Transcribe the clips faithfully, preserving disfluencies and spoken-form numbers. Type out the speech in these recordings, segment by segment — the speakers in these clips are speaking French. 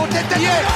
tête à tête.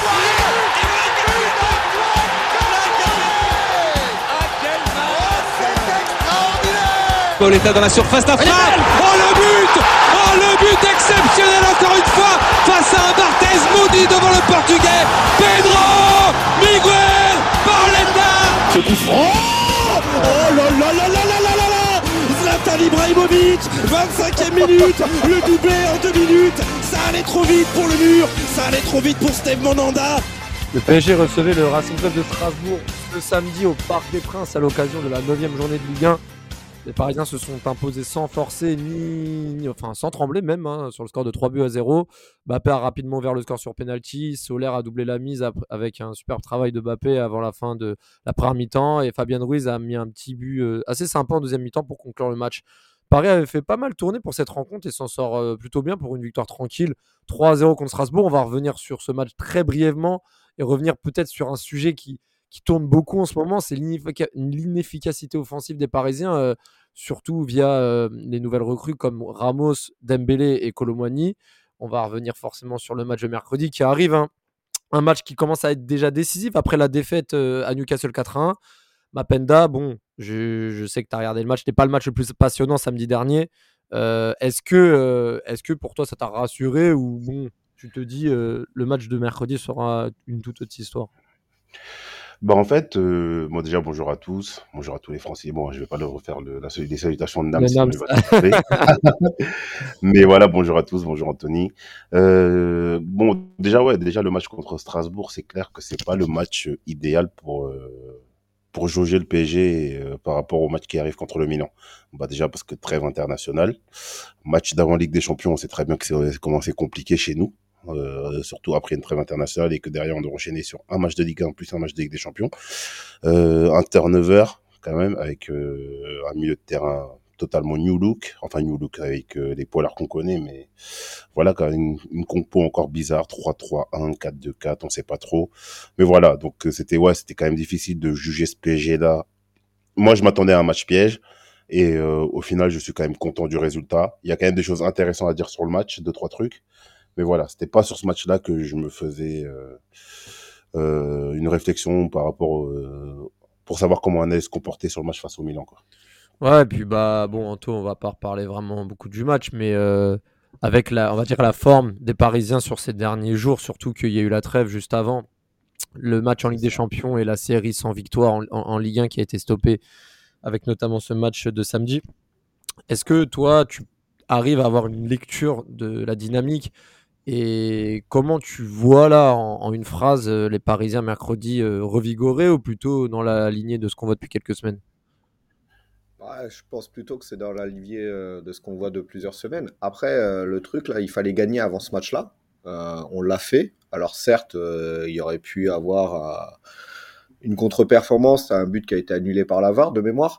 Pauletta dans la surface d'affaire. Oh le but! Oh le but exceptionnel encore une fois face à un Barthez maudit devant le Portugais. Pedro Miguel Pauletta. Ce coup franc. Oh là là là là là là là là. Zlatan Ibrahimovic, vingt-cinquième minute, le doublé en deux minutes. Ça allait trop vite pour le mur, ça allait trop vite pour Steve Mandanda. Le P S G recevait le Racing Club de Strasbourg ce samedi au Parc des Princes à l'occasion de la neuvième journée de Ligue un. Les Parisiens se sont imposés sans forcer, ni... enfin sans trembler même, hein, sur le score de trois buts à zéro. Mbappé a rapidement ouvert le score sur penalty. Soler a doublé la mise avec un superbe travail de Mbappé avant la fin de la première mi-temps. Et Fabien Ruiz a mis un petit but euh, assez sympa en deuxième mi-temps pour conclure le match. Paris avait fait pas mal tourner pour cette rencontre et s'en sort euh, plutôt bien pour une victoire tranquille. trois à zéro contre Strasbourg. On va revenir sur ce match très brièvement et revenir peut-être sur un sujet qui... qui tourne beaucoup en ce moment, c'est l'ineffic- l'inefficacité offensive des Parisiens, euh, surtout via euh, les nouvelles recrues comme Ramos, Dembélé et Kolo Muani. On va revenir forcément sur le match de mercredi qui arrive, hein. Un match qui commence à être déjà décisif après la défaite euh, à Newcastle quatre à un. Mapenda, bon, je, je sais que tu as regardé le match, c'était pas le match le plus passionnant samedi dernier. Euh, est-ce que, euh, est-ce que pour toi ça t'a rassuré ou bon, tu te dis euh, le match de mercredi sera une toute autre histoire? Bah en fait, euh, moi déjà bonjour à tous, bonjour à tous les Français. Bon, je vais pas leur refaire le, la, les salutations de Nam, sinon il va se Mais voilà, bonjour à tous, bonjour Anthony. Euh, bon, déjà ouais, déjà le match contre Strasbourg, c'est clair que c'est pas le match idéal pour euh, pour jauger le P S G euh, par rapport au match qui arrive contre le Milan. Bah déjà parce que trêve internationale, match d'avant Ligue des Champions, on sait très bien que c'est comment c'est compliqué chez nous. Euh, surtout après une trêve internationale et que derrière on doit enchaîner sur un match de Ligue un plus un match de Ligue des Champions, euh, un turnover quand même avec euh, un milieu de terrain totalement new look, enfin new look avec euh, les poillards qu'on connaît, mais voilà quand même une, une compo encore bizarre, trois trois un, quatre deux quatre, on sait pas trop, mais voilà, donc c'était ouais c'était quand même difficile de juger ce P S G là. Moi je m'attendais à un match piège. Et euh, au final, je suis quand même content du résultat. Il y a quand même des choses intéressantes à dire sur le match, deux trois trucs. Mais voilà, c'était pas sur ce match-là que je me faisais euh, euh, une réflexion par rapport euh, pour savoir comment on allait se comporter sur le match face au Milan, quoi. Ouais, et puis bah bon, Anto, on va pas reparler vraiment beaucoup du match, mais euh, avec la, on va dire la forme des Parisiens sur ces derniers jours, surtout qu'il y a eu la trêve juste avant, le match en Ligue des Champions et la série sans victoire en, en, en Ligue un qui a été stoppée, avec notamment ce match de samedi. Est-ce que toi, tu arrives à avoir une lecture de la dynamique? Et comment tu vois là, en, en une phrase, euh, les Parisiens mercredi euh, revigorés ou plutôt dans la lignée de ce qu'on voit depuis quelques semaines? Ouais, je pense plutôt que c'est dans la lignée euh, de ce qu'on voit de plusieurs semaines. Après, euh, le truc, là, il fallait gagner avant ce match-là. Euh, on l'a fait. Alors certes, euh, il y aurait pu avoir euh, une contre-performance, un but qui a été annulé par la V A R de mémoire.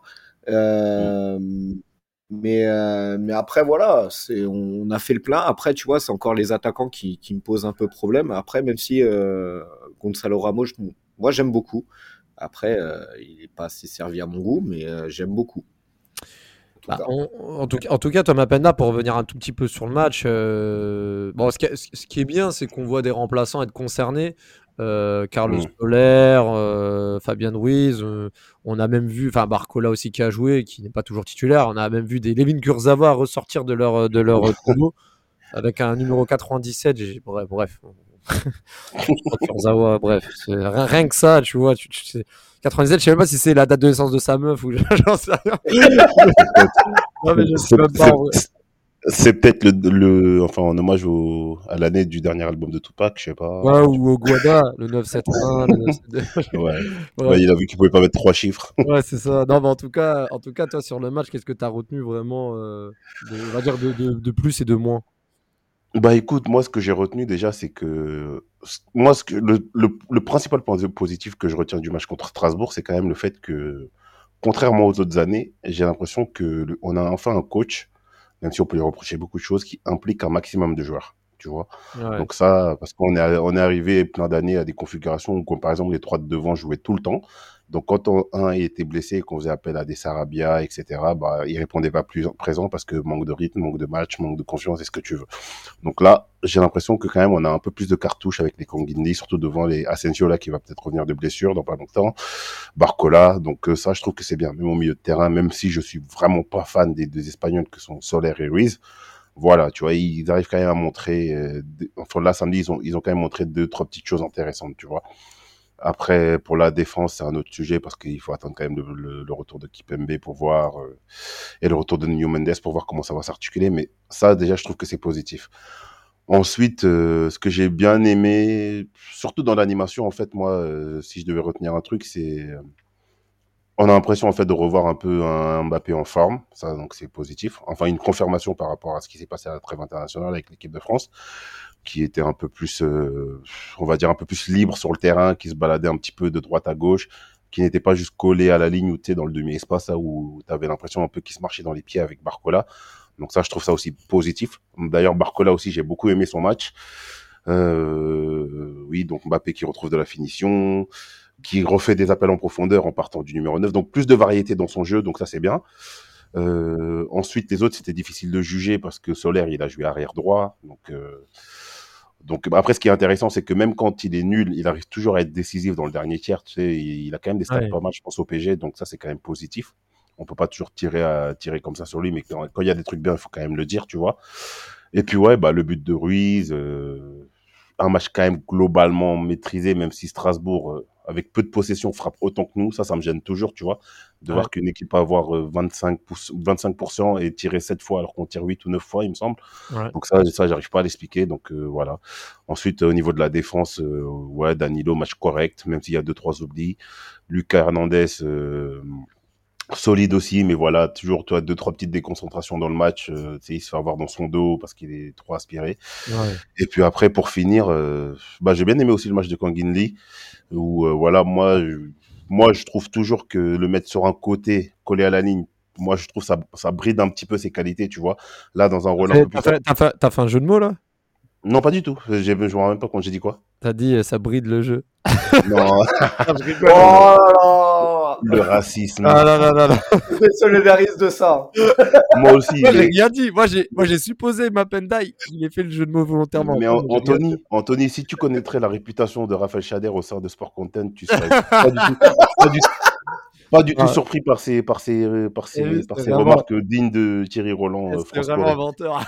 Euh, mais, euh, mais après, voilà, c'est, on a fait le plein. Après, tu vois, c'est encore les attaquants qui, qui me posent un peu problème. Après, même si euh, Gonzalo Ramos, je- moi, j'aime beaucoup. Après, euh, il n'est pas assez servi à mon goût, mais euh, j'aime beaucoup. En tout Bah, cas. en, en tout, en tout cas, Thomas Penda, pour revenir un tout petit peu sur le match, euh, bon, ce, qui, ce qui est bien, c'est qu'on voit des remplaçants être concernés. Euh, Carlos Mm. Soler, euh, Fabien Ruiz, euh, on a même vu, enfin Barcola aussi qui a joué, qui n'est pas toujours titulaire. On a même vu des Levin Kurzawa ressortir de leur de leur combo avec un numéro quatre-vingt-dix-sept. J'ai- Bref, bref. Je crois que Kurzawa, bref, c'est rien, rien que ça, tu vois. Tu, tu sais, quatre-vingt-dix-sept, je sais même pas si c'est la date de naissance de sa meuf ou j'en sais rien. Non, mais je sais C'est même pas, en vrai. c'est- c'est peut-être le, le, enfin, en hommage au, à l'année du dernier album de Tupac, je sais pas. Ouais, Enfin, tu ou au Guada, le neuf cent soixante-un, le neuf cent soixante-deux. vois. Ouais. Bref, Ouais, il a vu qu'il pouvait pas mettre trois chiffres. ouais, c'est ça. Non, mais en tout cas, en tout cas, toi, sur le match, qu'est-ce que tu as retenu vraiment euh, de, on va dire de, de, de plus et de moins? Bah écoute, moi ce que j'ai retenu déjà, c'est que moi ce que le, le, le principal point positif que je retiens du match contre Strasbourg, c'est quand même le fait que, contrairement aux autres années, j'ai l'impression que le- on a enfin un coach, même si on peut lui reprocher beaucoup de choses, qui implique un maximum de joueurs. Tu vois. Ouais. Donc ça, parce qu'on est on est arrivé plein d'années à des configurations où, par exemple, les trois de devant jouaient tout le temps. Donc quand on, un était blessé, qu'on faisait appel à des Sarabia, et cetera, bah, il répondait pas plus présent parce que manque de rythme, manque de match, manque de confiance, c'est ce que tu veux. Donc là, j'ai l'impression que quand même on a un peu plus de cartouches avec les Kangindi, surtout devant les Asensio là qui va peut-être revenir de blessure dans pas longtemps, Barcola. Donc euh, ça, je trouve que c'est bien. Même au milieu de terrain, même si je suis vraiment pas fan des deux Espagnols que sont Soler et Ruiz. Voilà, tu vois, ils arrivent quand même à montrer. Euh, enfin là samedi, ils ont ils ont quand même montré deux trois petites choses intéressantes, tu vois. Après, pour la défense, c'est un autre sujet parce qu'il faut attendre quand même le, le, le retour de Kipembe pour voir euh, et le retour de Nuno Mendes pour voir comment ça va s'articuler. Mais ça, déjà, je trouve que c'est positif. Ensuite, euh, ce que j'ai bien aimé, surtout dans l'animation, en fait, moi, euh, si je devais retenir un truc, c'est euh, on a l'impression en fait de revoir un peu un Mbappé en forme. Ça, donc, c'est positif. Enfin, une confirmation par rapport à ce qui s'est passé à la trêve internationale avec l'équipe de France, qui était un peu plus, euh, on va dire, un peu plus libre sur le terrain, qui se baladait un petit peu de droite à gauche, qui n'était pas juste collé à la ligne ou tu sais, dans le demi-espace, là, où tu avais l'impression un peu qu'il se marchait dans les pieds avec Barcola. Donc ça, je trouve ça aussi positif. D'ailleurs, Barcola aussi, j'ai beaucoup aimé son match. Euh, oui, donc Mbappé qui retrouve de la finition, qui refait des appels en profondeur en partant du numéro neuf. Donc plus de variété dans son jeu, donc ça, c'est bien. Euh, ensuite, les autres, c'était difficile de juger parce que Soler, il a joué arrière droit. Donc... Euh, Donc après, ce qui est intéressant, c'est que même quand il est nul, il arrive toujours à être décisif dans le dernier tiers. Tu sais, il a quand même des stats Ouais. pas mal, je pense, au P G. Donc ça, c'est quand même positif. On peut pas toujours tirer à, tirer comme ça sur lui, mais quand, quand il y a des trucs bien, il faut quand même le dire, tu vois. Et puis ouais, bah le but de Ruiz, euh, un match quand même globalement maîtrisé, même si Strasbourg, euh, avec peu de possession, frappe autant que nous. Ça, ça me gêne toujours, tu vois, de Ouais. voir qu'une équipe va avoir euh, vingt-cinq pour cent, vingt-cinq pour cent et tirer sept fois alors qu'on tire huit ou neuf fois, il me semble. Ouais. Donc ça, ça j'arrive pas à l'expliquer. Donc euh, voilà. Ensuite, euh, au niveau de la défense, euh, ouais, Danilo, match correct, même s'il y a deux, trois oublis. Lucas Hernandez, euh, solide aussi, mais voilà, toujours toi deux trois petites déconcentrations dans le match. Euh, tu sais, il se fait avoir dans son dos parce qu'il est trop aspiré. Ouais. Et puis après, pour finir, euh, bah j'ai bien aimé aussi le match de Kang In Lee, où euh, voilà, moi, je, moi je trouve toujours que le mettre sur un côté, collé à la ligne, moi je trouve ça ça bride un petit peu ses qualités, tu vois. Là, dans un rôle un T'as peu plus fait, t'as fait, t'as fait, t'as fait un jeu de mots là? non, pas du tout. J'ai, je me rappelle même pas quand j'ai dit quoi. T'as dit euh, ça bride le jeu. Non, Ah, je rigole. Oh là là. le racisme. Ah non, non, non, non. Je me solidarise de ça. Moi aussi, Moi, j'ai mais, rien dit. Moi, j'ai, moi, j'ai supposé Mapendai qu'il ait fait le jeu de mots volontairement. mais Après, An- moi, j'ai rien dit. Anthony, Anthony, si tu connaîtrais la réputation de Raphaël Chader au sein de Sport Content, tu serais pas du tout, pas du, pas du tout Ah, surpris par ces, par ces, euh, par et lui, ces, par c'était ces vraiment, remarques dignes de Thierry Roland, euh, c'était France vraiment Corée. inventeur.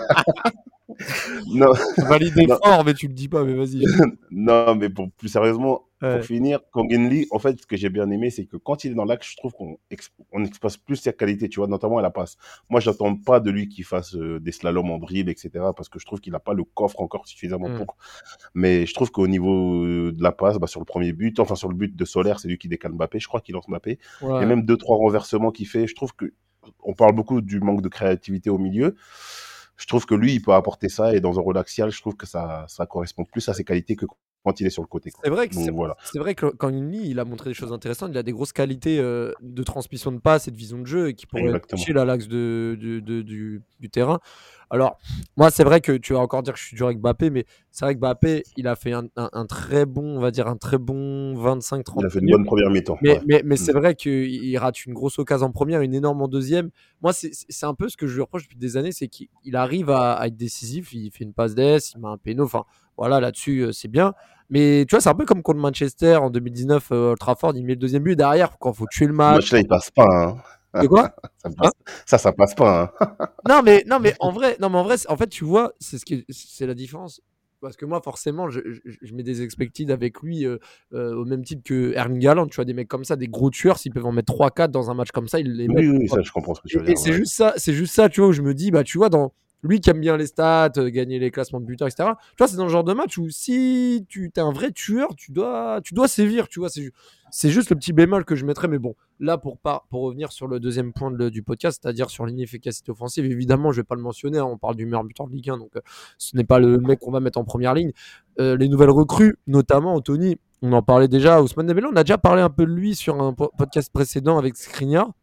Non, Validé non, fort, mais tu le dis pas, mais vas-y. non, mais pour plus sérieusement, pour Ouais. finir, Kang In Lee, en fait, ce que j'ai bien aimé, c'est que quand il est dans l'axe, je trouve qu'on ex- on expose plus ses qualités, tu vois, notamment à la passe. Moi, j'attends pas de lui qu'il fasse euh, des slaloms en dribble, et cetera, parce que je trouve qu'il n'a pas le coffre encore suffisamment Mm. pour. Mais je trouve qu'au niveau euh, de la passe, bah, sur le premier but, enfin sur le but de Solaire, c'est lui qui décale Mbappé, je crois qu'il lance Mbappé. Et Ouais. même deux, trois renversements qu'il fait, je trouve que on parle beaucoup du manque de créativité au milieu. Je trouve que lui, il peut apporter ça, et dans un rôle axial, je trouve que ça, ça correspond plus à ses qualités que quand il est sur le côté, quoi. C'est vrai que c'est, Donc voilà. c'est vrai que quand il lit, il a montré des choses intéressantes. Il a des grosses qualités euh, de transmission de passe et de vision de jeu et qui pourraient être Exactement. utiles à l'axe de, de- de- du, du terrain. Alors, moi, c'est vrai que tu vas encore dire que je suis dur avec Mbappé, mais c'est vrai que Mbappé, il a fait un, un- un très bon, on va dire un très bon vingt-cinq Il trente a fait une minutes. bonne première mi-temps, Mais, ouais. mais, mais Mm. c'est vrai qu'il il rate une grosse occasion en première, une énorme en deuxième. Moi, c'est, c'est c'est un peu ce que je lui reproche depuis des années, c'est qu'il il arrive à, à être décisif. Il fait une passe d'ess, il met un péno. Enfin, voilà, là-dessus, euh, c'est bien. Mais tu vois, c'est un peu comme contre Manchester en deux mille dix-neuf, euh, Old Trafford, il met le deuxième but derrière quand il faut tuer le Ce match. match-là, il passe pas, hein. De quoi? Ça Hein? passe, ça, ça passe pas, hein. Non, mais, non, mais en vrai, non, mais en vrai, c'est- en fait, tu vois, c'est ce qui, c'est la différence. Parce que moi, forcément, je, je- je mets des expected avec lui euh, euh, au même titre que Erling Haaland. Tu vois, des mecs comme ça, des gros tueurs, s'ils peuvent en mettre trois quatre dans un match comme ça, ils les mettent. Oui, oui, ça, je comprends ce que tu veux Et, et dire, c'est ouais. juste ça, c'est juste ça, tu vois, où je me dis, bah, tu vois, dans lui qui aime bien les stats, euh, gagner les classements de buteurs, et cetera. Tu vois, c'est dans le genre de match où si tu es un vrai tueur, tu dois, tu dois sévir, tu vois. C'est, ju- c'est juste le petit bémol que je mettrais, mais bon, là, pour, pas, pour revenir sur le deuxième point de- du podcast, c'est-à-dire sur l'inefficacité offensive, évidemment, je vais pas le mentionner, hein, on parle du meilleur buteur de Ligue un, donc euh, ce n'est pas le mec qu'on va mettre en première ligne. Euh, les nouvelles recrues, notamment Anthony, on en parlait déjà, Ousmane Dembélé, on a déjà parlé un peu de lui sur un po- podcast précédent avec Skriniar.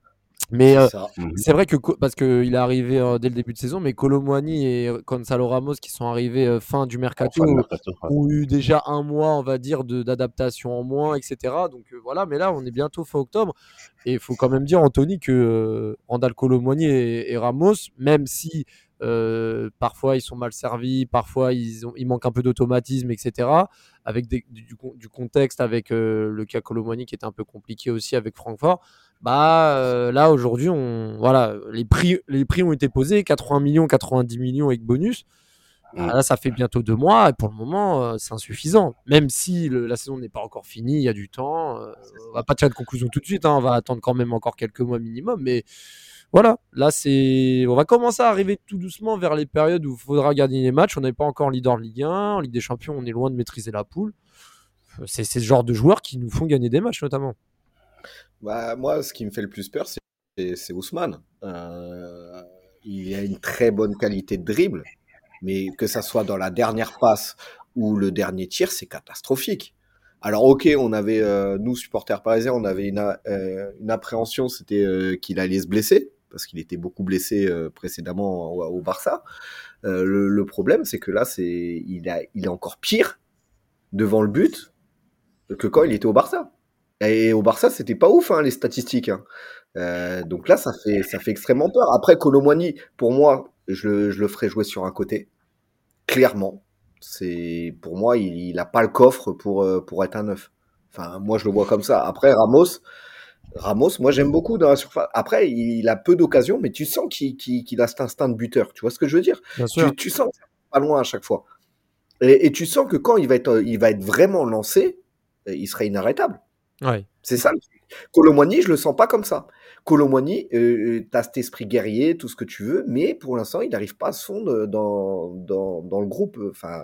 Mais C'est euh, ça. Mhm. c'est vrai que Co- parce qu'il est arrivé euh, dès le début de saison, mais Kolo Muani et Gonzalo Ramos qui sont arrivés euh, fin du En fin de mercato mercato. Ouais. ont eu déjà un mois, on va dire, de d'adaptation en moins, et cetera. Donc euh, voilà, mais là on est bientôt fin octobre et il faut quand même dire Anthony que euh, Randal Kolo Muani et, et Ramos, même si euh, parfois ils sont mal servis, parfois ils ont, ils manquent un peu d'automatisme, et cetera. Avec des- du, con- du contexte avec euh, le cas Kolo Muani qui était un peu compliqué aussi avec Francfort. Bah euh, là aujourd'hui on voilà les prix les prix ont été posés quatre-vingts millions quatre-vingt-dix millions avec bonus. Bah, Mhm. là ça fait bientôt deux mois et pour le moment euh, c'est insuffisant même si le- la saison n'est pas encore finie, il y a du temps, euh, C'est on ça. va pas tirer de conclusion tout de suite, hein, on va attendre quand même encore quelques mois minimum, mais voilà, là c'est on va commencer à arriver tout doucement vers les périodes où il faudra gagner les matchs. On n'est pas encore leader de Ligue un, en Ligue des Champions on est loin de maîtriser la poule. C'est c'est ce genre de joueurs qui nous font gagner des matchs notamment. Bah, moi, ce qui me fait le plus peur, c'est c'est- c'est Ousmane. Euh, il a une très bonne qualité de dribble, mais que ça soit dans la dernière passe ou le dernier tir, c'est catastrophique. Alors, ok, on avait, euh, nous, supporters parisiens, on avait une, a- euh, une appréhension, c'était euh, qu'il allait se blesser, parce qu'il était beaucoup blessé euh, précédemment au, au Barça. Euh, le, le problème, c'est que là, c'est, il, a, il est encore pire devant le but que quand il était au Barça. Et au Barça, c'était pas ouf, hein, les statistiques, hein. Euh, donc là, ça fait, ça fait extrêmement peur. Après, Kolo Muani, pour moi, je, le- je le ferai jouer sur un côté, clairement. C'est, pour moi, il, il a pas le coffre pour, euh, pour être un neuf. Enfin, moi, je le vois comme ça. Après, Ramos, Ramos, moi, j'aime beaucoup dans la surface. Après, il a peu d'occasions, mais tu sens qu'il qu'il- qu'il a cet instinct de buteur. Tu vois ce que je veux dire? Bien sûr. Tu, tu sens que ça va pas loin à chaque fois. Et, et tu sens que quand il va être, il va être vraiment lancé, euh, il serait inarrêtable. Ouais. C'est ça le truc. Kolo Muani, je le sens pas comme ça. Kolo Muani, euh, t'as cet esprit guerrier, tout ce que tu veux, mais pour l'instant, il n'arrive pas à se fondre dans, dans, dans le groupe, enfin,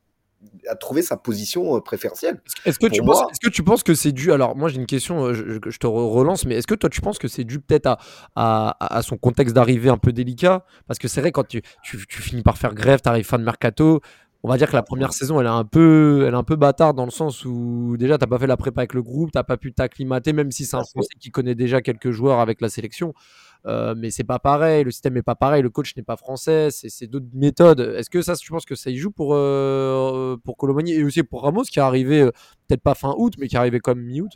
à trouver sa position euh, préférentielle. Est-ce que, est-ce que tu Pour penses, moi, est-ce que tu penses que c'est dû. Alors, moi, j'ai une question, euh, je, je- je te re- relance, mais est-ce que toi, tu penses que c'est dû peut-être à, à, à son contexte d'arrivée un peu délicat? Parce que c'est vrai, quand tu, tu, tu finis par faire grève, tu arrives fin de mercato. On va dire que la première saison, elle est un peu, elle est un peu bâtarde dans le sens où déjà, t'as pas fait la prépa avec le groupe, t'as pas pu t'acclimater, même si c'est tout un à fait. Français qui connaît déjà quelques joueurs avec la sélection. Euh, mais c'est pas pareil, le système est pas pareil, le coach n'est pas français, c'est, c'est d'autres méthodes. Est-ce que ça, tu penses que ça y joue pour, euh, pour Kolo Muani et aussi pour Ramos qui est arrivé euh, peut-être pas fin août, mais qui est arrivé comme mi-août?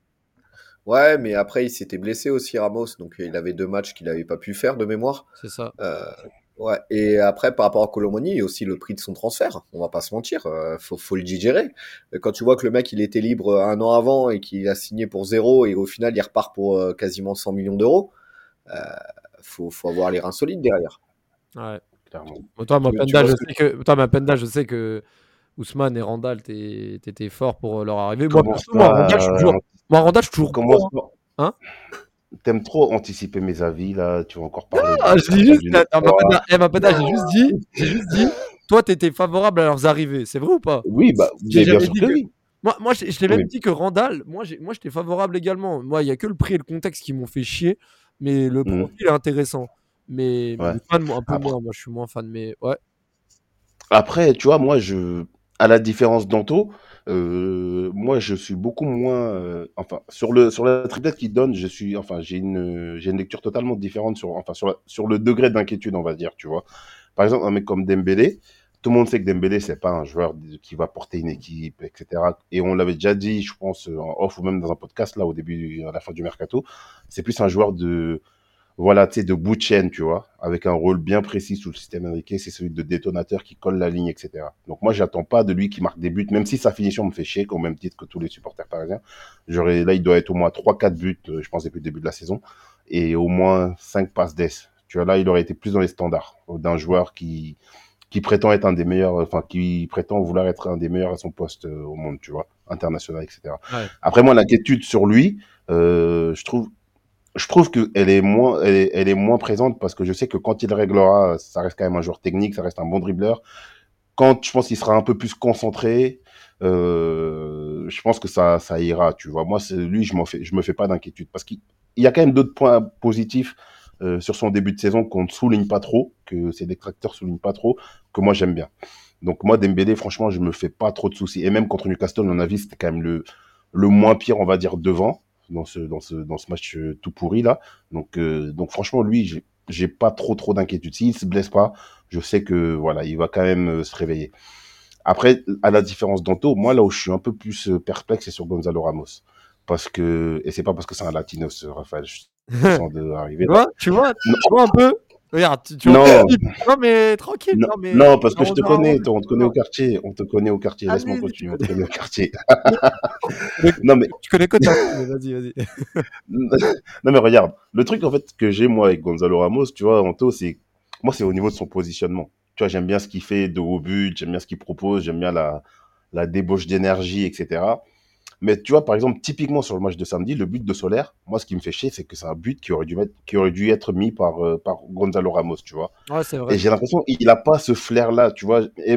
Ouais, mais après, il s'était blessé aussi, Ramos, donc il avait deux matchs qu'il n'avait pas pu faire de mémoire. C'est ça. Euh, ouais. Et après, par rapport à Kolo Muani, il y a aussi le prix de son transfert. On va pas se mentir, euh, faut, faut le digérer. Quand tu vois que le mec, il était libre un an avant et qu'il a signé pour zéro et au final, il repart pour euh, quasiment cent millions d'euros, euh, faut, faut avoir les reins solides derrière. Ouais. Clairement. Bon, toi, Tu, tu Mapenda, vois je ce que sais que, toi, Mapenda, je sais que Ousmane et Randall, t'es- t'étais fort pour leur arrivée. Moi, Commence perso, moi, Randall, je suis pas, toujours, moi, Randall, je suis toujours commence pro, pas. hein. T'aimes trop anticiper mes avis, là. Tu vas encore parler Ah, de je dis Randall juste, une autre attends, fois. Mapenda, eh, Mapenda, j'ai juste dit, j'ai juste dit, toi, t'étais favorable à leurs arrivées. C'est vrai ou pas? Oui, bah, J'ai mais bien jamais sûr dit que que. oui. Moi, moi je, je t'ai même Mais, dit que Randall, moi, j'ai- moi j'étais favorable également. Moi, il n'y a que le prix et le contexte qui m'ont fait chier, mais le hmm, profil est intéressant. Mais, mais ouais. Ousmane, moi, un peu Après, moins. Moi, je suis moins fan. Mais ouais, après, tu vois, moi, je, à la différence d'Anto, euh, moi, je suis beaucoup moins, euh, enfin, sur le, sur la triplette qu'il donne, je suis, enfin, j'ai une, j'ai une lecture totalement différente sur, enfin, sur, la- sur le degré d'inquiétude, on va dire, tu vois. Par exemple, un mec comme Dembélé, tout le monde sait que Dembélé, c'est pas un joueur qui va porter une équipe, et cetera. Et on l'avait déjà dit, je pense, en off ou même dans un podcast, là, au début, à la fin du mercato. C'est plus un joueur de, voilà, tu sais, de bout de chaîne, tu vois, avec un rôle bien précis sous le système américain, c'est celui de détonateur qui colle la ligne, et cetera. Donc moi, j'attends pas de lui qui marque des buts, même si sa finition me fait chier, au même titre que tous les supporters parisiens. J'aurais, là, il doit être au moins trois quatre buts, euh, je pense, depuis le début de la saison, et au moins cinq passes d'ess. Tu vois, là, il aurait été plus dans les standards d'un joueur qui, qui prétend être un des meilleurs, enfin, qui prétend vouloir être un des meilleurs à son poste euh, au monde, tu vois, international, et cetera. ouais. Après, moi, l'inquiétude sur lui, euh, je trouve, je trouve qu'elle est moins, elle est, elle est moins présente parce que je sais que quand il réglera, ça reste quand même un joueur technique, ça reste un bon dribbleur. Quand je pense qu'il sera un peu plus concentré, euh, je pense que ça, ça ira, tu vois. Moi, c'est, lui, je m'en fais, je me fais pas d'inquiétude parce qu'il il y a quand même d'autres points positifs euh, sur son début de saison qu'on ne souligne pas trop, que ses détracteurs soulignent pas trop, que moi j'aime bien. Donc moi, Dembélé, franchement, je me fais pas trop de soucis. Et même contre Newcastle, on a vu, c'était quand même le, le moins pire, on va dire, devant. dans ce, dans ce, dans ce match euh, tout pourri là. Donc, euh, donc franchement, lui, j'ai, j'ai pas trop trop d'inquiétude. S'il se blesse pas, je sais que voilà, il va quand même euh, se réveiller. Après, à la différence d'Anto, moi là où je suis un peu plus euh, perplexe, c'est sur Gonzalo Ramos. Parce que, et c'est pas parce que c'est un Latinos, euh, Raphaël, je te sens de arriver Tu là. vois, tu vois, Non, tu vois un peu. Regarde, tu, tu vois. non, Non, mais tranquille, non, non, mais non, parce que je te arrose, arrose. connais, toi, on te connaît au Non, quartier, on te connaît au quartier, laisse-moi allez, tu continuer, on te connais. connaît au quartier. Tu connais, Non mais, tu connais que ta mais vas-y, vas-y. non mais regarde, le truc en fait que j'ai moi avec Gonzalo Ramos, tu vois, Anto, c'est, moi c'est au niveau de son positionnement. Tu vois, j'aime bien ce qu'il fait de haut but, j'aime bien ce qu'il propose, j'aime bien la, la débauche d'énergie, et cetera. Mais tu vois, par exemple, typiquement sur le match de samedi, le but de Solaire, moi, ce qui me fait chier, c'est que c'est un but qui aurait dû, mettre, qui aurait dû être mis par, euh, par Gonzalo Ramos, tu vois. Ouais, c'est Et vrai. j'ai l'impression qu'il n'a pas ce flair-là, tu vois. Et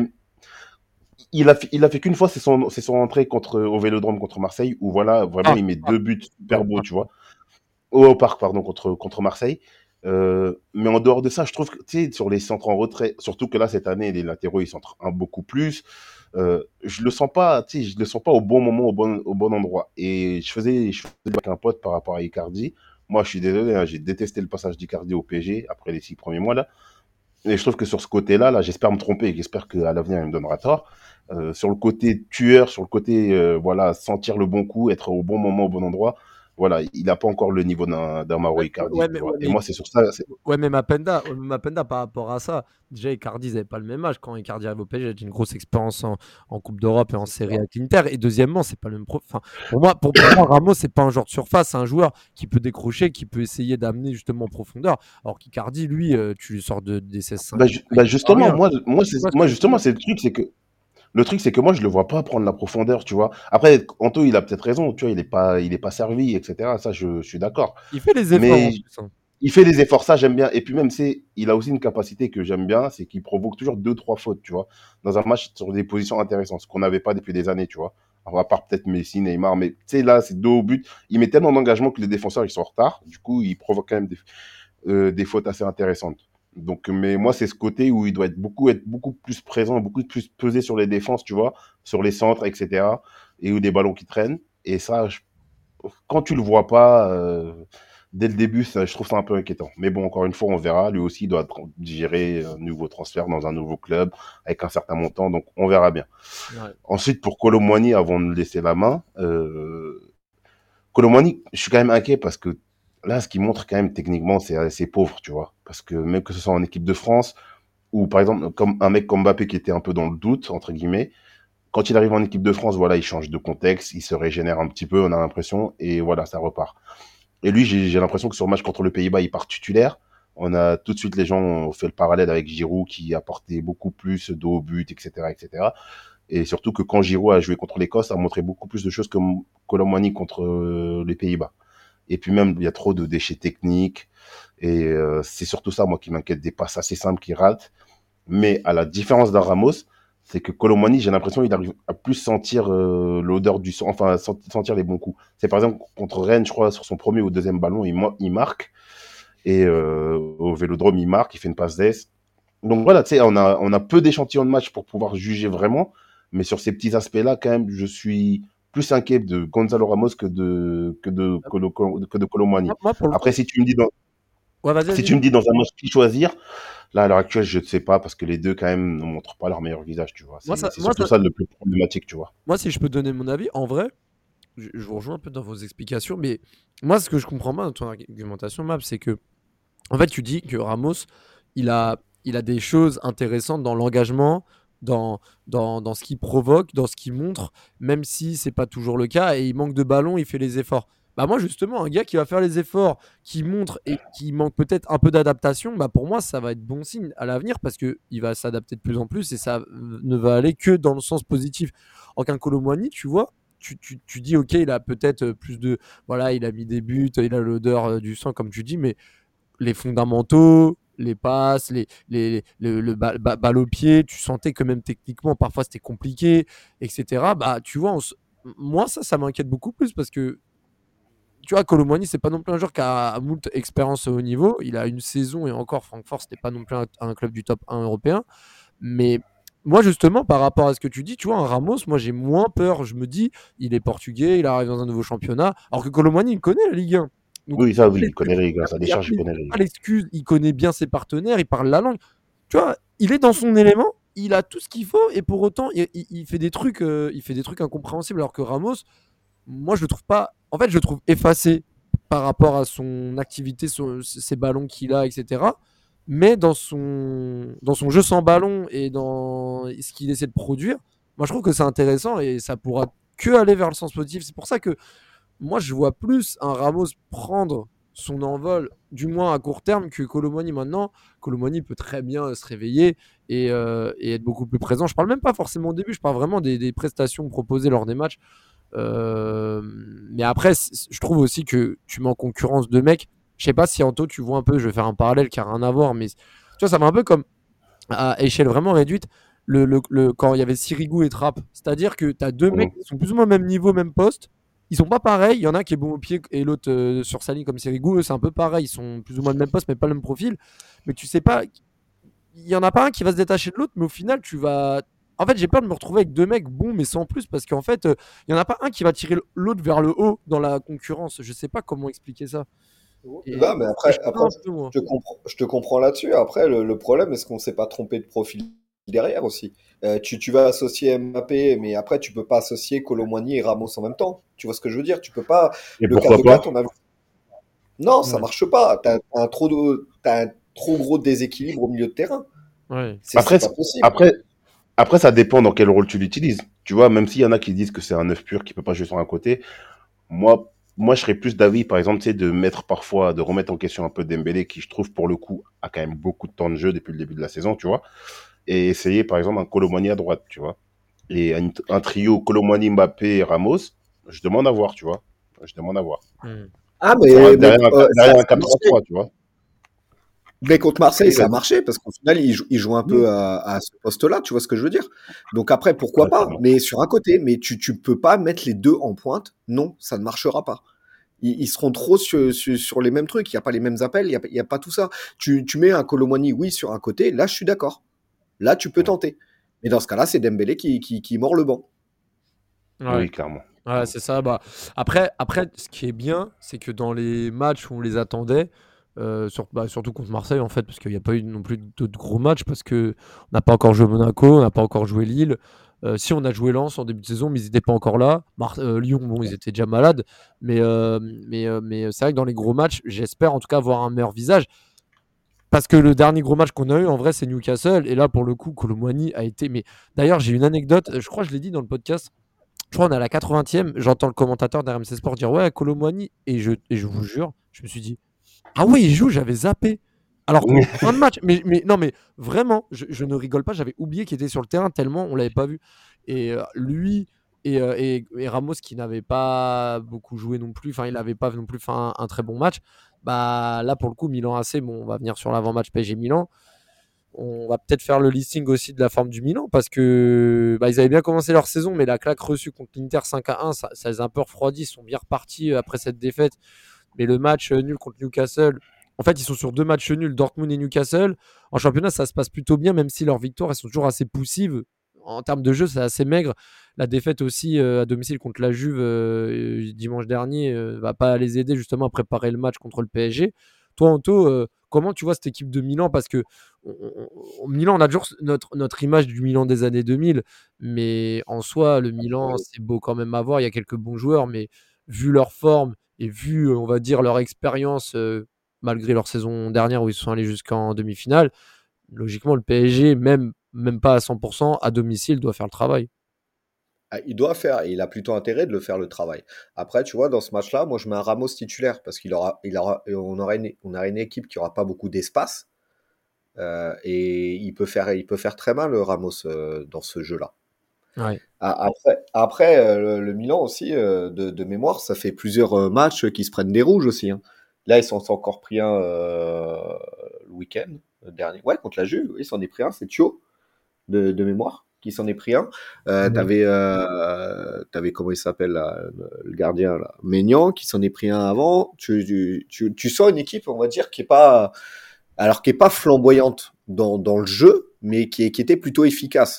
il a fait, il a fait qu'une fois, c'est son, c'est son entrée contre, au Vélodrome contre Marseille, où voilà, vraiment, Ah, il met ah, deux buts au super beaux, parc. tu vois. Au, au parc, pardon, contre, contre Marseille. Euh, mais en dehors de ça, je trouve que, tu sais, sur les centres en retrait, surtout que là, cette année, les latéraux, ils centrent un beaucoup plus. Euh, je le sens pas, tu sais, je le sens pas au bon moment, au bon, au bon endroit. Et je faisais, je faisais avec un pote par rapport à Icardi. Moi, je suis désolé, hein, j'ai détesté le passage d'Icardi au P S G après les six premiers mois là. Et je trouve que sur ce côté-là, là, j'espère me tromper et j'espère qu'à l'avenir, il me donnera tort. Euh, sur le côté tueur, sur le côté, euh, voilà, sentir le bon coup, être au bon moment, au bon endroit, voilà, il n'a pas encore le niveau d'un, d'un Mauro Ouais, Icardi, ouais, tu mais, vois. ouais, Et mais moi, c'est sur ça, c'est, Ouais, mais Mapenda, ouais, mais Mapenda, par rapport à ça, déjà, Icardi, ils n'avaient pas le même âge. Quand Icardi arrive au P S G, il a une grosse expérience en, en Coupe d'Europe et en C'est série ça. avec l'Inter. Et deuxièmement, c'est pas le même pro. Enfin, pour moi, pour, pour moi, Ramos, c'est pas un joueur de surface, c'est un joueur qui peut décrocher, qui peut essayer d'amener justement en profondeur. Alors qu'Icardi, lui, euh, tu lui sors de, des seize cinq, bah, ju- il bah, peut justement, rien. moi, moi, Tu c'est, vois ce que moi, je veux justement, dire? c'est le truc, c'est que le truc, c'est que moi, je le vois pas prendre la profondeur, tu vois. Après, Anto, il a peut-être raison, tu vois, il est pas, il est pas servi, et cetera. Ça, je, je suis d'accord. Il fait les efforts en Mais plus, hein. il fait les efforts, ça, j'aime bien. Et puis même, c'est, il a aussi une capacité que j'aime bien, c'est qu'il provoque toujours deux, trois fautes, tu vois, dans un match sur des positions intéressantes, ce qu'on n'avait pas depuis des années, tu vois. Alors, à part peut-être Messi, Neymar, mais tu sais, là, c'est deux au but. Il met tellement d'engagement que les défenseurs, ils sont en retard. Du coup, il provoque quand même des, euh, des fautes assez intéressantes. Donc, mais moi, c'est ce côté où il doit être beaucoup, être beaucoup plus présent, beaucoup plus pesé sur les défenses, tu vois, sur les centres, et cetera. Et où des ballons qui traînent. Et ça, je- quand tu le vois pas euh, dès le début, ça, je trouve ça un peu inquiétant. Mais bon, encore une fois, on verra. Lui aussi, il doit tr- digérer un nouveau transfert dans un nouveau club avec un certain montant. Donc, on verra bien. Ouais. Ensuite, pour Kolo Muani, avant de laisser la main, euh, Kolo Muani, je suis quand même inquiet parce que là, ce qu'il montre quand même techniquement, c'est assez pauvre, tu vois. Parce que même que ce soit en équipe de France, ou par exemple, comme un mec comme Mbappé qui était un peu dans le doute, entre guillemets, quand il arrive en équipe de France, voilà, il change de contexte, il se régénère un petit peu, on a l'impression, et voilà, ça repart. Et lui, j'ai j'ai l'impression que sur le match contre le Pays-Bas, il part titulaire. On a tout de suite, les gens ont fait le parallèle avec Giroud qui apportait beaucoup plus de hauts buts, et cetera, et cetera. Et surtout que quand Giroud a joué contre l'Écosse, ça a montré beaucoup plus de choses que Kolo Muani contre euh, les Pays-Bas. Et puis même, il y a trop de déchets techniques. Et euh, c'est surtout ça, moi, qui m'inquiète, des passes assez simples qui ratent. Mais à la différence d'un Ramos, c'est que Kolo Muani, j'ai l'impression qu'il arrive à plus sentir euh, l'odeur du sang, enfin, sent- sentir les bons coups. C'est par exemple contre Rennes, je crois, sur son premier ou deuxième ballon, il, mo- il marque. Et euh, au Vélodrome, il marque, il fait une passe d'ess. Donc voilà, tu sais, on a, on a peu d'échantillons de match pour pouvoir juger vraiment. Mais sur ces petits aspects-là, quand même, je suis plus inquiet de Gonzalo Ramos que de, que de, Kolo, que de Kolo Muani. Moi, moi, pour le Après, coup, si tu me dis dans, ouais, vas-y, si vas-y. tu me dis dans un match qui choisir, là, à l'heure actuelle, je ne sais pas, parce que les deux, quand même, ne montrent pas leur meilleur visage, tu vois. Moi, C'est ça, c'est moi, surtout ça, ça le plus problématique, tu vois. moi, si je peux donner mon avis, en vrai, je, je vous rejoins un peu dans vos explications, mais moi, ce que je comprends pas dans ton argumentation, Map, c'est que en fait, tu dis que Ramos, il a, il a des choses intéressantes dans l'engagement, dans, dans, dans ce qu'il provoque, dans ce qu'il montre, même si c'est pas toujours le cas et il manque de ballon, il fait les efforts. Bah moi justement, un gars qui va faire les efforts, qui montre et qui manque peut-être un peu d'adaptation, bah pour moi ça va être bon signe à l'avenir parce que il va s'adapter de plus en plus et ça euh, ne va aller que dans le sens positif. En qu'un Kolo Muani, tu vois, tu, tu, tu dis ok, il a peut-être euh, plus de, voilà, il a mis des buts, il a l'odeur euh, du sang comme tu dis, mais les fondamentaux, les passes, les, les, le, le ba- ba- balle au pied, tu sentais que même techniquement, parfois c'était compliqué, et cetera. Bah, tu vois, on s- moi, ça, ça m'inquiète beaucoup plus parce que, tu vois, Kolo Muani, c'est pas non plus un joueur qui a moult expérience au haut niveau. Il a une saison et encore, Francfort, c'était pas non plus un, un club du top un européen. Mais moi, justement, par rapport à ce que tu dis, tu vois, un Ramos, moi, j'ai moins peur. Je me dis, il est portugais, il arrive dans un nouveau championnat. Alors que Kolo Muani, il connaît la Ligue un. Donc, Oui, ça, pas oui, il connaît les gars, ça l'excuse. décharge, il connaît les Pas gars. l'excuse. Il connaît bien ses partenaires, il parle la langue. Tu vois, il est dans son élément, il a tout ce qu'il faut, et pour autant, il, il- il fait des trucs, euh, il fait des trucs incompréhensibles. Alors que Ramos, moi, je le trouve pas. En fait, je le trouve effacé par rapport à son activité, son- ses ballons qu'il a, et cetera. Mais dans son, dans son jeu sans ballon et dans ce qu'il essaie de produire, moi, je trouve que c'est intéressant et ça pourra que aller vers le sens positif. C'est pour ça que moi, je vois plus un Ramos prendre son envol, du moins à court terme, que Kolo Muani maintenant. Kolo Muani peut très bien se réveiller et, euh, et être beaucoup plus présent. Je parle même pas forcément au début, je parle vraiment des, des prestations proposées lors des matchs. Euh, mais après, c- je trouve aussi que tu mets en concurrence deux mecs. Je sais pas si Anto, tu vois un peu, je vais faire un parallèle qui a rien à voir, mais tu vois, ça va un peu comme à échelle vraiment réduite. Le, le- le- quand il y avait Sirigu et Trapp, c'est-à-dire que tu as deux mecs Mhm. qui sont plus ou moins au même niveau, même poste. Ils sont pas pareils. Il y en a un qui est bon au pied et l'autre euh, sur sa ligne comme Sirigu. Eux, c'est un peu pareil. Ils sont plus ou moins le même poste, mais pas le même profil. Mais tu sais pas, il y en a pas un qui va se détacher de l'autre, mais au final, tu vas. En fait, j'ai peur de me retrouver avec deux mecs bons, mais sans plus, parce qu'en fait, euh, il y en a pas un qui va tirer l'autre vers le haut dans la concurrence. Je sais pas comment expliquer ça. Et Là, mais c'est ce que après, je après crains un peu, moi. je te comprends, je te comprends là-dessus. Après, le, le problème, est-ce qu'on ne s'est pas trompé de profil derrière aussi? Euh, tu, tu vas associer Mbappé, mais après, tu peux pas associer Kolo Muani et Ramos en même temps. Tu vois ce que je veux dire? Tu peux pas. Et Le pourquoi quatre pas? quatre, on a. Non, ça Ouais. marche pas. T'as un trop de, t'as un trop gros déséquilibre au milieu de terrain. Ouais. C'est c'est Après, pas c'est- possible. après, après, ça dépend dans quel rôle tu l'utilises. Tu vois, même s'il y en a qui disent que c'est un neuf pur qui peut pas jouer sur un côté, moi, moi, je serais plus d'avis, par exemple, tu sais, de mettre parfois, de remettre en question un peu Dembélé, qui je trouve pour le coup a quand même beaucoup de temps de jeu depuis le début de la saison, tu vois, et essayer par exemple un Kolo Muani à droite, tu vois, et un, un trio Kolo Muani, Mbappé, et Ramos. Je demande à voir, tu vois, je demande à voir. Hmm. Ah, Sur un- mais, mais derrière un, euh, ça, derrière un ça a marché. quatre trois trois, tu vois. Mais contre Marseille, Oui, ça a vas-y. marché parce qu'au final, il joue, il joue un peu Oui. à, à ce poste-là, tu vois ce que je veux dire? Donc après, pourquoi Ouais, pas? clairement. Mais sur un côté, mais tu, tu peux pas mettre les deux en pointe. Non, ça ne marchera pas. Ils, ils seront trop sur, sur, sur les mêmes trucs. Il n'y a pas les mêmes appels, il n'y a, il y a pas tout ça. Tu, tu mets un Kolo Muani, oui, sur un côté. Là, je suis d'accord. Là, tu peux Ouais. tenter. Mais dans ce cas-là, c'est Dembélé qui, qui, qui mord le banc. Ouais. Oui, clairement. Ouais, Clairement. c'est ça. Bah, après, après, ce qui est bien, c'est que dans les matchs où on les attendait, euh, sur- bah, surtout contre Marseille, en fait, parce qu'il n'y a pas eu non plus d'autres gros matchs, parce que on n'a pas encore joué Monaco, on n'a pas encore joué Lille. Euh, si on a joué Lens en début de saison, mais ils n'étaient pas encore là. Mar- euh, Lyon, bon, ils étaient déjà malades. Mais, euh, mais, euh, mais c'est vrai que dans les gros matchs, j'espère en tout cas avoir un meilleur visage. Parce que le dernier gros match qu'on a eu, en vrai, c'est Newcastle. Et là, pour le coup, Kolo Muani a été. Mais d'ailleurs, j'ai une anecdote. Je crois que je l'ai dit dans le podcast. Je crois qu'on est à la quatre-vingtième. J'entends le commentateur d'R M C Sport dire ouais, Kolo Muani. Et je, et je vous jure, je me suis dit ah oui, il joue, j'avais zappé. Alors qu'en fin de match, mais, mais non, mais vraiment, je, je ne rigole pas, j'avais oublié qu'il était sur le terrain tellement on l'avait pas vu. Et euh, lui et, euh, et- et Ramos qui n'avait pas beaucoup joué non plus, enfin il n'avait pas non plus fait un, un très bon match. Bah là pour le coup Milan A C, bon on va venir sur l'avant-match P S G Milan. On va peut-être faire le listing aussi de la forme du Milan parce que bah, ils avaient bien commencé leur saison, mais la claque reçue contre l'Inter cinq à un, ça, ça les a un peu refroidis. Ils sont bien repartis euh, après cette défaite. Mais le match euh, nul contre Newcastle, en fait, ils sont sur deux matchs nuls, Dortmund et Newcastle. En championnat, ça se passe plutôt bien, même si leurs victoires, elles sont toujours assez poussives. En termes de jeu, c'est assez maigre. La défaite aussi euh, à domicile contre la Juve euh, dimanche dernier euh, va pas les aider justement à préparer le match contre le P S G. Toi, Anto, euh, comment tu vois cette équipe de Milan? Parce que on, on, Milan, on a toujours notre, notre image du Milan des années deux mille, mais en soi, le Milan, c'est beau quand même à voir. Il y a quelques bons joueurs, mais vu leur forme et vu, on va dire, leur expérience, euh, malgré leur saison dernière où ils sont allés jusqu'en demi-finale, logiquement, le P S G, même, même pas à cent pour cent, à domicile, doit faire le travail. Ah, il doit faire, et il a plutôt intérêt de le faire le travail. Après, tu vois, dans ce match-là, moi je mets un Ramos titulaire parce qu'il aura, il aura, on aura une, on aura une équipe qui aura pas beaucoup d'espace euh, et il peut faire, il peut faire très mal Ramos euh, dans ce jeu-là. Ouais. Ah, Après, après euh, le, le Milan aussi, euh, de, de mémoire, ça fait plusieurs euh, matchs qui se prennent des rouges aussi, hein. Là, ils s'en sont encore pris un euh, le week-end le dernier. Ouais, contre la Juve, ils s'en est pris un, c'est Thio de, de mémoire qui s'en est pris un. Euh, Ouais. t'avais, euh, t'avais comment il s'appelle là, le, le gardien là, Maignan qui s'en est pris un avant. Tu, tu, tu, tu sens une équipe, on va dire, qui est pas, alors qui est pas flamboyante dans, dans le jeu, mais qui, est, qui était plutôt efficace.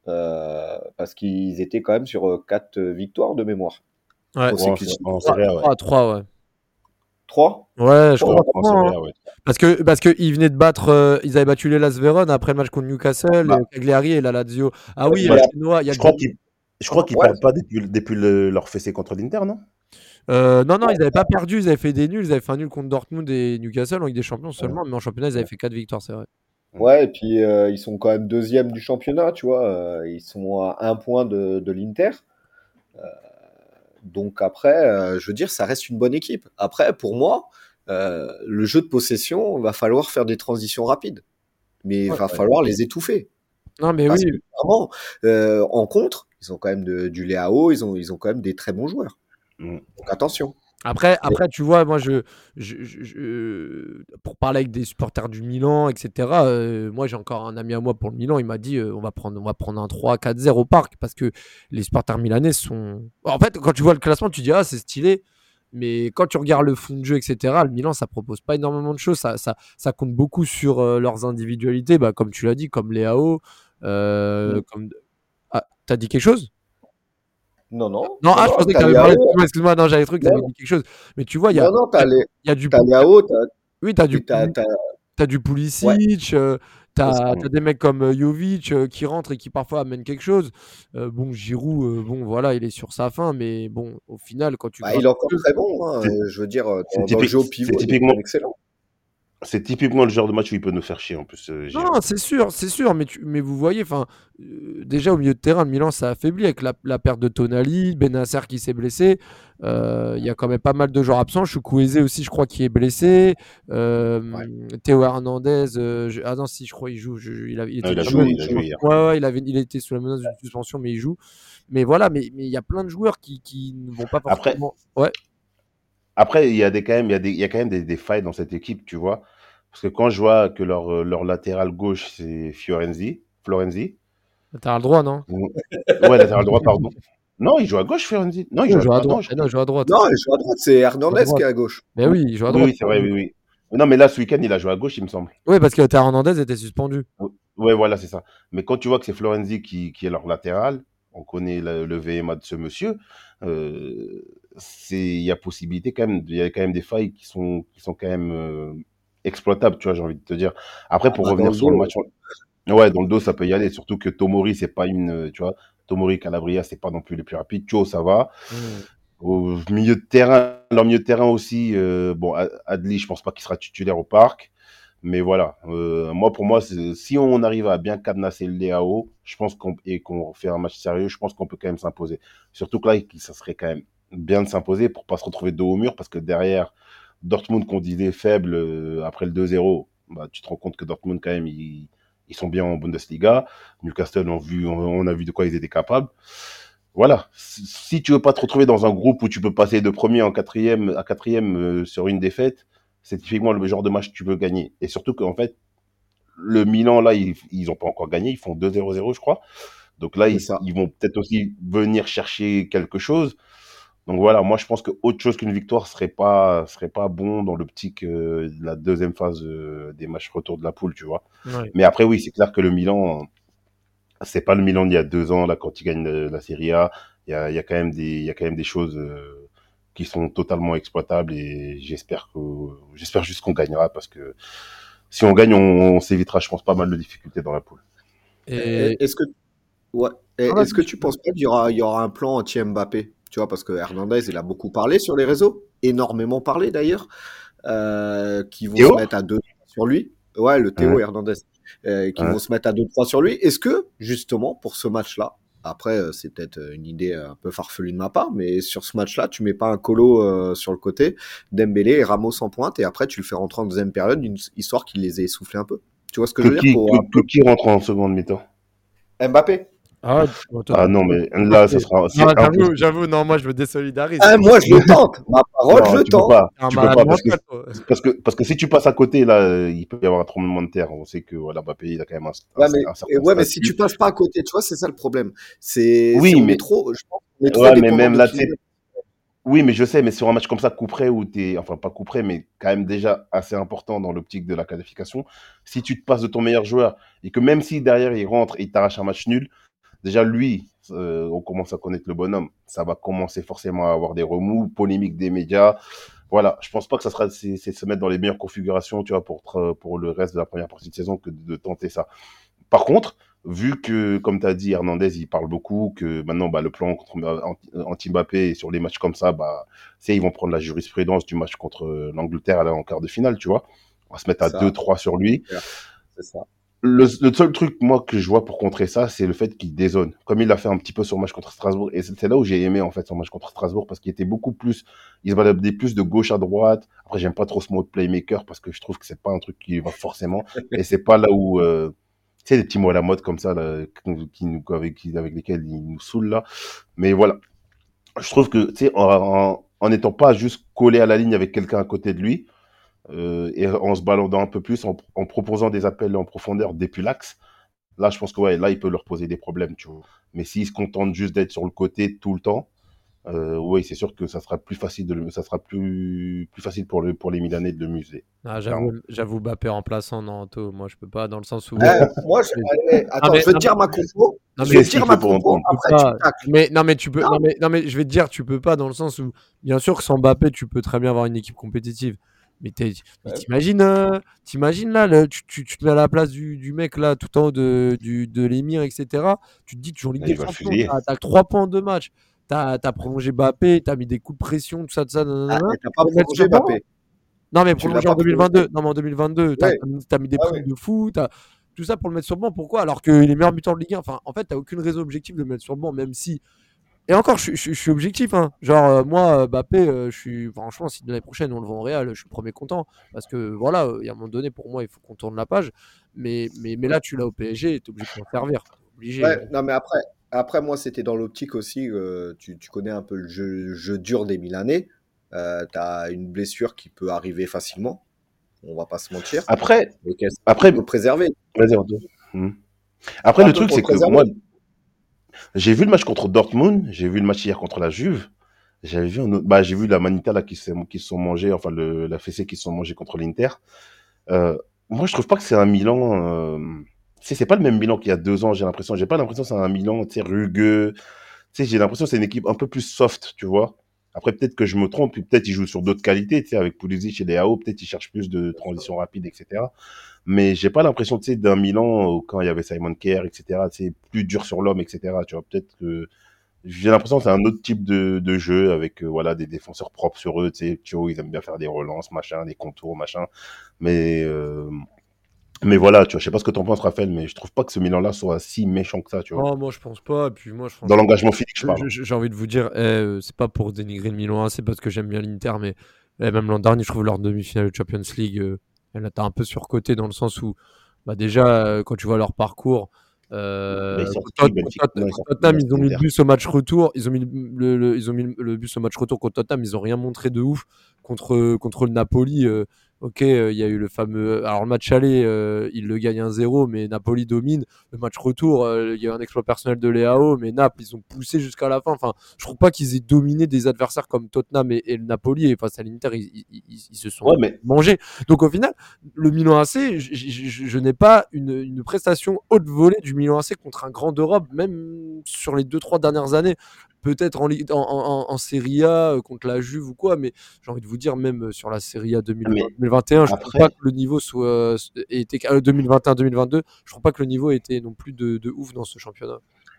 euh, parce qu'ils étaient quand même sur quatre victoires de mémoire. Ouais. Consécutives. En, en Serie A, ouais. trois, trois, ouais. trois Ouais, je Ouais, crois. en Serie A, ouais. Parce que parce que ils venaient de battre, euh, ils avaient battu les Las Véron après le match contre Newcastle, Bah, et Cagliari et la Lazio. Ah oui, il y bah, a je, le Genoa, il y a je le crois Genoa. qu'ils je crois qu'ils Ouais. perdent pas depuis, depuis le- leur fessée contre l'Inter, non? Euh, non, non, ils n'avaient pas perdu, ils avaient fait des nuls, ils avaient fait un nul contre Dortmund et Newcastle en Ligue des Champions Ouais, seulement, mais en championnat, ils avaient ouais. fait quatre victoires, c'est vrai. Ouais, et puis euh, ils sont quand même deuxième du championnat, tu vois. euh, ils sont à un point de, de l'Inter. Donc après, euh, je veux dire, ça reste une bonne équipe. Après, pour moi, euh, le jeu de possession, va falloir faire des transitions rapides. Mais il Ouais. va falloir les étouffer. Non, mais Parce oui. que clairement, euh, en contre, ils ont quand même de, du Léao, ils ont, ils ont quand même des très bons joueurs. Mm. Donc attention. Après, après, tu vois, moi, je, je, je- je- pour parler avec des supporters du Milan, et cetera, euh, moi, j'ai encore un ami à moi pour le Milan, il m'a dit, euh, on va prendre, on va prendre un trois quatre zéro au parc, parce que les supporters milanais sont... En fait, quand tu vois le classement, tu dis, ah, c'est stylé, mais quand tu regardes le fond de jeu, et cetera, le Milan, ça propose pas énormément de choses, ça, ça, ça compte beaucoup sur euh, leurs individualités, bah, comme tu l'as dit, comme Léao, euh, Mm. comme... Ah, t'as dit quelque chose? Non, non, Non, non, ah, je non, pensais que t'as t'avais Léao. parlé, excuse-moi, excuse-moi, non, j'avais cru que Non, t'avais dit quelque chose. Mais tu vois, il y a, non, non, il y t'as a, les, il y a du, t'as Léao, t'as, oui, t'as du, et t'as, Puli- t'as- t'as du ouais, Pulisic, euh, c'est ça. t'as, Mm. t'as des mecs comme euh, Jovic euh, qui rentrent et qui parfois amènent quelque chose. Euh, bon, Giroud, euh, bon, voilà, il est sur sa fin, mais bon, au final, quand tu Bah, grattes il est encore un peu, très bon, hein. C'est Je veux dire, euh, c'est dans, dans le typique, jeu au c'est pivot, il est quand typiquement, même excellent. c'est typiquement le genre de match où il peut nous faire chier en plus, euh, non, Giroud. c'est sûr, c'est sûr, mais, tu, mais vous voyez, enfin, euh, déjà au milieu de terrain, le Milan s'est affaibli avec la, la perte de Tonali, Benasser qui s'est blessé. Euh, Il y a quand même pas mal de joueurs absents. Chukwueze aussi, je crois, qui est blessé. Ouais. Euh, Théo Hernandez, euh, je- ah non, si, je crois, il joue. Je- je- il, a- il Non, était il a sous la Il joue, joué, menace il il a joue. joué hier. Ouais, ouais, il avait, il était sous la menace d'une suspension, mais il joue. Mais voilà, mais mais il y a plein de joueurs qui, qui ne vont pas Après, forcément. Ouais, après, il y a des quand même, il y a des, il y a quand même des, des failles dans cette équipe, tu vois. Parce que quand je vois que leur, euh, leur latéral gauche, c'est Fiorenzi, Florenzi. t'as le droit, non? ou- Ouais, latéral droit, pardon. Non, il joue à gauche, Fiorenzi. Non, il Non, joue il à, joue à ah, non, droite. je- Eh non, il joue à droite. Non, il joue à droite, c'est Il joue à Hernandez qui droite. est à gauche. Mais oui, il joue à oui, droite. oui, c'est vrai, oui, oui. Non, mais là, ce week-end, il a joué à gauche, il me semble. Oui, parce que Théo Hernandez était suspendu. Ouais, voilà, c'est ça. Mais quand tu vois que c'est Florenzi qui, qui est leur latéral, on connaît le, le V M A de ce monsieur, euh, c'est, il y a possibilité quand même, il y a quand même des failles qui sont, qui sont quand même euh, exploitables, tu vois, j'ai envie de te dire. Après, Ah pour bah dans revenir le sur le dos. match, on- ouais, dans le dos, ça peut y aller, surtout que Tomori, c'est pas une, euh, tu vois, Tomori, Calabria, c'est pas non plus les plus rapides. Cho, ça va. Mm. Au milieu de terrain, leur milieu de terrain aussi, euh, bon, Ad- Adli, je pense pas qu'il sera titulaire au parc. Mais voilà, euh, moi pour moi, c'est- si on arrive à bien cadenasser le D A O, je pense qu'on et qu'on fait un match sérieux, je pense qu'on peut quand même s'imposer. Surtout que là, il- ça serait quand même bien de s'imposer pour pas se retrouver dos au mur, parce que derrière Dortmund qu'on disait faible euh, après le deux zéro, bah, tu te rends compte que Dortmund quand même ils, ils sont bien en Bundesliga. Newcastle on, vu, on, on a vu de quoi ils étaient capables. Voilà, si si tu veux pas te retrouver dans un groupe où tu peux passer de premier en quatrième à quatrième euh, sur une défaite, c'est typiquement le genre de match que tu veux gagner. Et surtout qu'en fait, le Milan, là, ils, ils ont pas encore gagné, ils font deux zéro zéro, je crois. Donc là, C'est ils, ça. ils vont peut-être aussi venir chercher quelque chose. Donc voilà, moi je pense que autre chose qu'une victoire serait pas serait pas bon dans l'optique euh, de la deuxième phase euh, des matchs retour de la poule, tu vois. Ouais. Mais après oui, c'est clair que le Milan, c'est pas le Milan d'il y a deux ans là quand il gagne euh, la Serie A. Il y a, il y a quand même des il y a quand même des choses euh, qui sont totalement exploitables et j'espère que j'espère juste qu'on gagnera parce que si on gagne, on, on s'évitera, je pense, pas mal de difficultés dans la poule. Et Est-ce que, ouais. Et ah, est-ce que vas-y, tu penses pas qu'il y aura, il y aura un plan anti-Mbappé? Tu vois, parce que Hernandez, il a beaucoup parlé sur les réseaux, énormément parlé d'ailleurs, euh, qui vont se Théo mettre à deux sur lui. Ouais, le Théo Hein, Hernandez, euh, qui hein. vont se mettre à deux trois sur lui. Est-ce que, justement, pour ce match-là, après, euh, c'est peut-être une idée un peu farfelue de ma part, mais sur ce match-là, tu mets pas un colo euh, sur le côté, Dembélé et Ramos en pointe, et après, tu le fais rentrer en deuxième période, une- histoire qu'il les ait essoufflés un peu. Tu vois ce que Que je veux dire qui, pour que, un que qui rentre en seconde mi-temps? peu Mbappé? ah, toi, toi, Ah non, mais là, ça sera, non, c'est j'avoue, impossible. j'avoue, non, moi je me désolidarise. Ah, moi, je le tente. Ma parole, je Non, le tu peux tente. pas. T'es un Tu peux malade pas parce que, mental, toi. parce que, parce que si tu passes à côté, là, euh, il peut y avoir un tremblement de terre. On sait que, voilà, Mbappé, il a quand même un, un, Ouais, mais, un et certain ouais, mais si tu statut. passes pas à côté, tu vois, c'est ça le problème. C'est, c'est Oui, on est mais, trop, je pense, on est trop ouais, mais dépendant même de là, tu sais, Kylian. oui, mais je sais, mais sur un match comme ça, coup près, où t'es, enfin, pas coup près, mais quand même déjà assez important dans l'optique de la qualification, si tu te passes de ton meilleur joueur et que même si derrière il rentre et il t'arrache un match nul, déjà lui, euh, on commence à connaître le bonhomme. Ça va commencer forcément à avoir des remous, polémiques des médias. Voilà, je pense pas que ça sera c'est, c'est se mettre dans les meilleures configurations, tu vois, pour pour le reste de la première partie de saison que de, de tenter ça. Par contre, vu que, comme tu as dit, Hernandez, il parle beaucoup, que maintenant, bah, le plan contre, anti-Mbappé et sur les matchs comme ça, bah, c'est, ils vont prendre la jurisprudence du match contre l'Angleterre à la, en quart de finale, tu vois. On va se mettre à deux trois sur lui. C'est ça. Le, le seul truc, moi, que je vois pour contrer ça, c'est le fait qu'il dézone. Comme il l'a fait un petit peu sur le match contre Strasbourg. Et c'est là où j'ai aimé, en fait, son match contre Strasbourg, parce qu'il était beaucoup plus, il se baladait plus de gauche à droite. Après, j'aime pas trop ce mot de playmaker, parce que je trouve que c'est pas un truc qui va forcément. Et c'est pas là où, euh, tu sais, des petits mots à la mode comme ça, là, qui nous, avec, avec lesquels ils nous saoulent, là. Mais voilà. Je trouve que, tu sais, en, en, en n'étant pas juste collé à la ligne avec quelqu'un à côté de lui, euh, et en se baladant un peu plus, en, en proposant des appels en profondeur depuis l'axe, là, je pense que, ouais, là, il peut leur poser des problèmes, tu vois. Mais s'ils se contentent juste d'être sur le côté tout le temps, euh, oui, c'est sûr que ça sera plus facile de le, ça sera plus, plus facile pour, le, pour les Milanais de le museler. Ah, j'avoue, j'avoue, Mbappé remplaçant, non, Anto, moi je peux pas, dans le sens où. Eh, moi, je, allez, attends, mais, je vais te non, dire ma compo. Non, je vais te dire ma compo. Après, pas, tu tacles. Mais non, mais tu peux. Non. Non, mais, non, mais je vais te dire, tu peux pas, dans le sens où, bien sûr que sans Mbappé, tu peux très bien avoir une équipe compétitive. Mais, t'es, mais t'imagines, euh, t'imagines là, le, tu, tu, tu te mets à la place du, du mec là, tout en haut de, du, de l'émir, et cetera. Tu te dis, tu joues en Ligue des Champions, t'as, t'as trois points en deux matchs. T'as, t'as prolongé Mbappé, t'as mis des coups de pression, tout ça, tout ça. Ah, t'as pas prolongé Mbappé. Non, mais prolongé en deux mille vingt-deux. Non, mais en deux mille vingt-deux, t'as, ouais. t'as mis des ah, primes ouais. de fou, t'as tout ça pour le mettre sur le banc. Pourquoi? Alors qu'il est meilleur buteur de Ligue un. Enfin, en fait, t'as aucune raison objective de le mettre sur le banc, même si. Et encore, je, je, je suis objectif. Hein. Genre, euh, moi, Mbappé, euh, je suis. Franchement, si l'année prochaine on le vend au Real, je suis le premier content. Parce que voilà, il y a un moment donné, pour moi, il faut qu'on tourne la page. Mais, mais, mais là, tu l'as au P S G, t'es obligé de t'en servir. Obligé. Ouais, non, mais après, après, moi, c'était dans l'optique aussi. Euh, tu, tu connais un peu le jeu, le jeu dur des Milanais. Euh, t'as une blessure qui peut arriver facilement. On va pas se mentir. Après, après, le préserver. Vas-y, mmh. Après, un le truc, c'est que moi, j'ai vu le match contre Dortmund, j'ai vu le match hier contre la Juve, j'avais vu, un autre... bah, j'ai vu la Manita là qui se qui sont mangés, enfin le, la fessée qui se sont mangés contre l'Inter. Euh, moi, je trouve pas que c'est un Milan. Euh... C'est, c'est pas le même Milan qu'il y a deux ans. J'ai l'impression, j'ai pas l'impression que c'est un Milan, tu sais, rugueux. Tu sais, j'ai l'impression que c'est une équipe un peu plus soft, tu vois. Après, peut-être que je me trompe, puis peut-être ils jouent sur d'autres qualités, tu sais, avec Pulisic et Leao, peut-être ils cherchent plus de transition rapide, et cetera. Mais j'ai pas l'impression, tu sais, d'un Milan quand il y avait Simon Kjær, et cetera. C'est plus dur sur l'homme, et cetera. Tu vois, peut-être que j'ai l'impression que c'est un autre type de, de jeu avec euh, voilà des défenseurs propres sur eux. Tu sais, Thio, ils aiment bien faire des relances, machin, des contours, machin. Mais euh, mais voilà, tu vois, je sais pas ce que t'en penses, Raphaël, mais je trouve pas que ce Milan-là soit si méchant que ça, tu vois. Oh, moi je pense pas. Et puis moi, je Dans l'engagement physique, je parle. J'ai envie de vous dire, eh, c'est pas pour dénigrer le Milan, c'est parce que j'aime bien l'Inter, mais eh, même l'an dernier, je trouve leur demi-finale de Champions League, euh, elle a un peu surcoté dans le sens où, bah déjà, euh, quand tu vois leur parcours, euh, Tottenham, ils ont mis le bus au match retour, ils ont mis le, le, ils ont mis le bus au match retour contre Tottenham, ils ont rien montré de ouf contre contre le Napoli. Euh, Ok, il euh, y a eu le fameux. Alors, le match aller, euh, il le gagne un zéro, mais Napoli domine. Le match retour, il euh, y a eu un exploit personnel de Leao, mais Naples, ils ont poussé jusqu'à la fin. Enfin, je trouve pas qu'ils aient dominé des adversaires comme Tottenham et, et le Napoli. Et face à l'Inter, ils, ils, ils, ils se sont ouais, mais... mangés. Donc, au final, le Milan A C, je, je, je, je n'ai pas une, une prestation haute volée du Milan A C contre un grand d'Europe, même sur les deux trois dernières années. Peut-être en, en, en, en Serie A contre la Juve ou quoi, mais j'ai envie de vous dire, même sur la Serie A deux mille vingt et un, je ne trouve pas que le niveau soit était deux mille vingt et un deux mille vingt-deux, je trouve pas que le niveau était non plus de, de ouf dans ce championnat.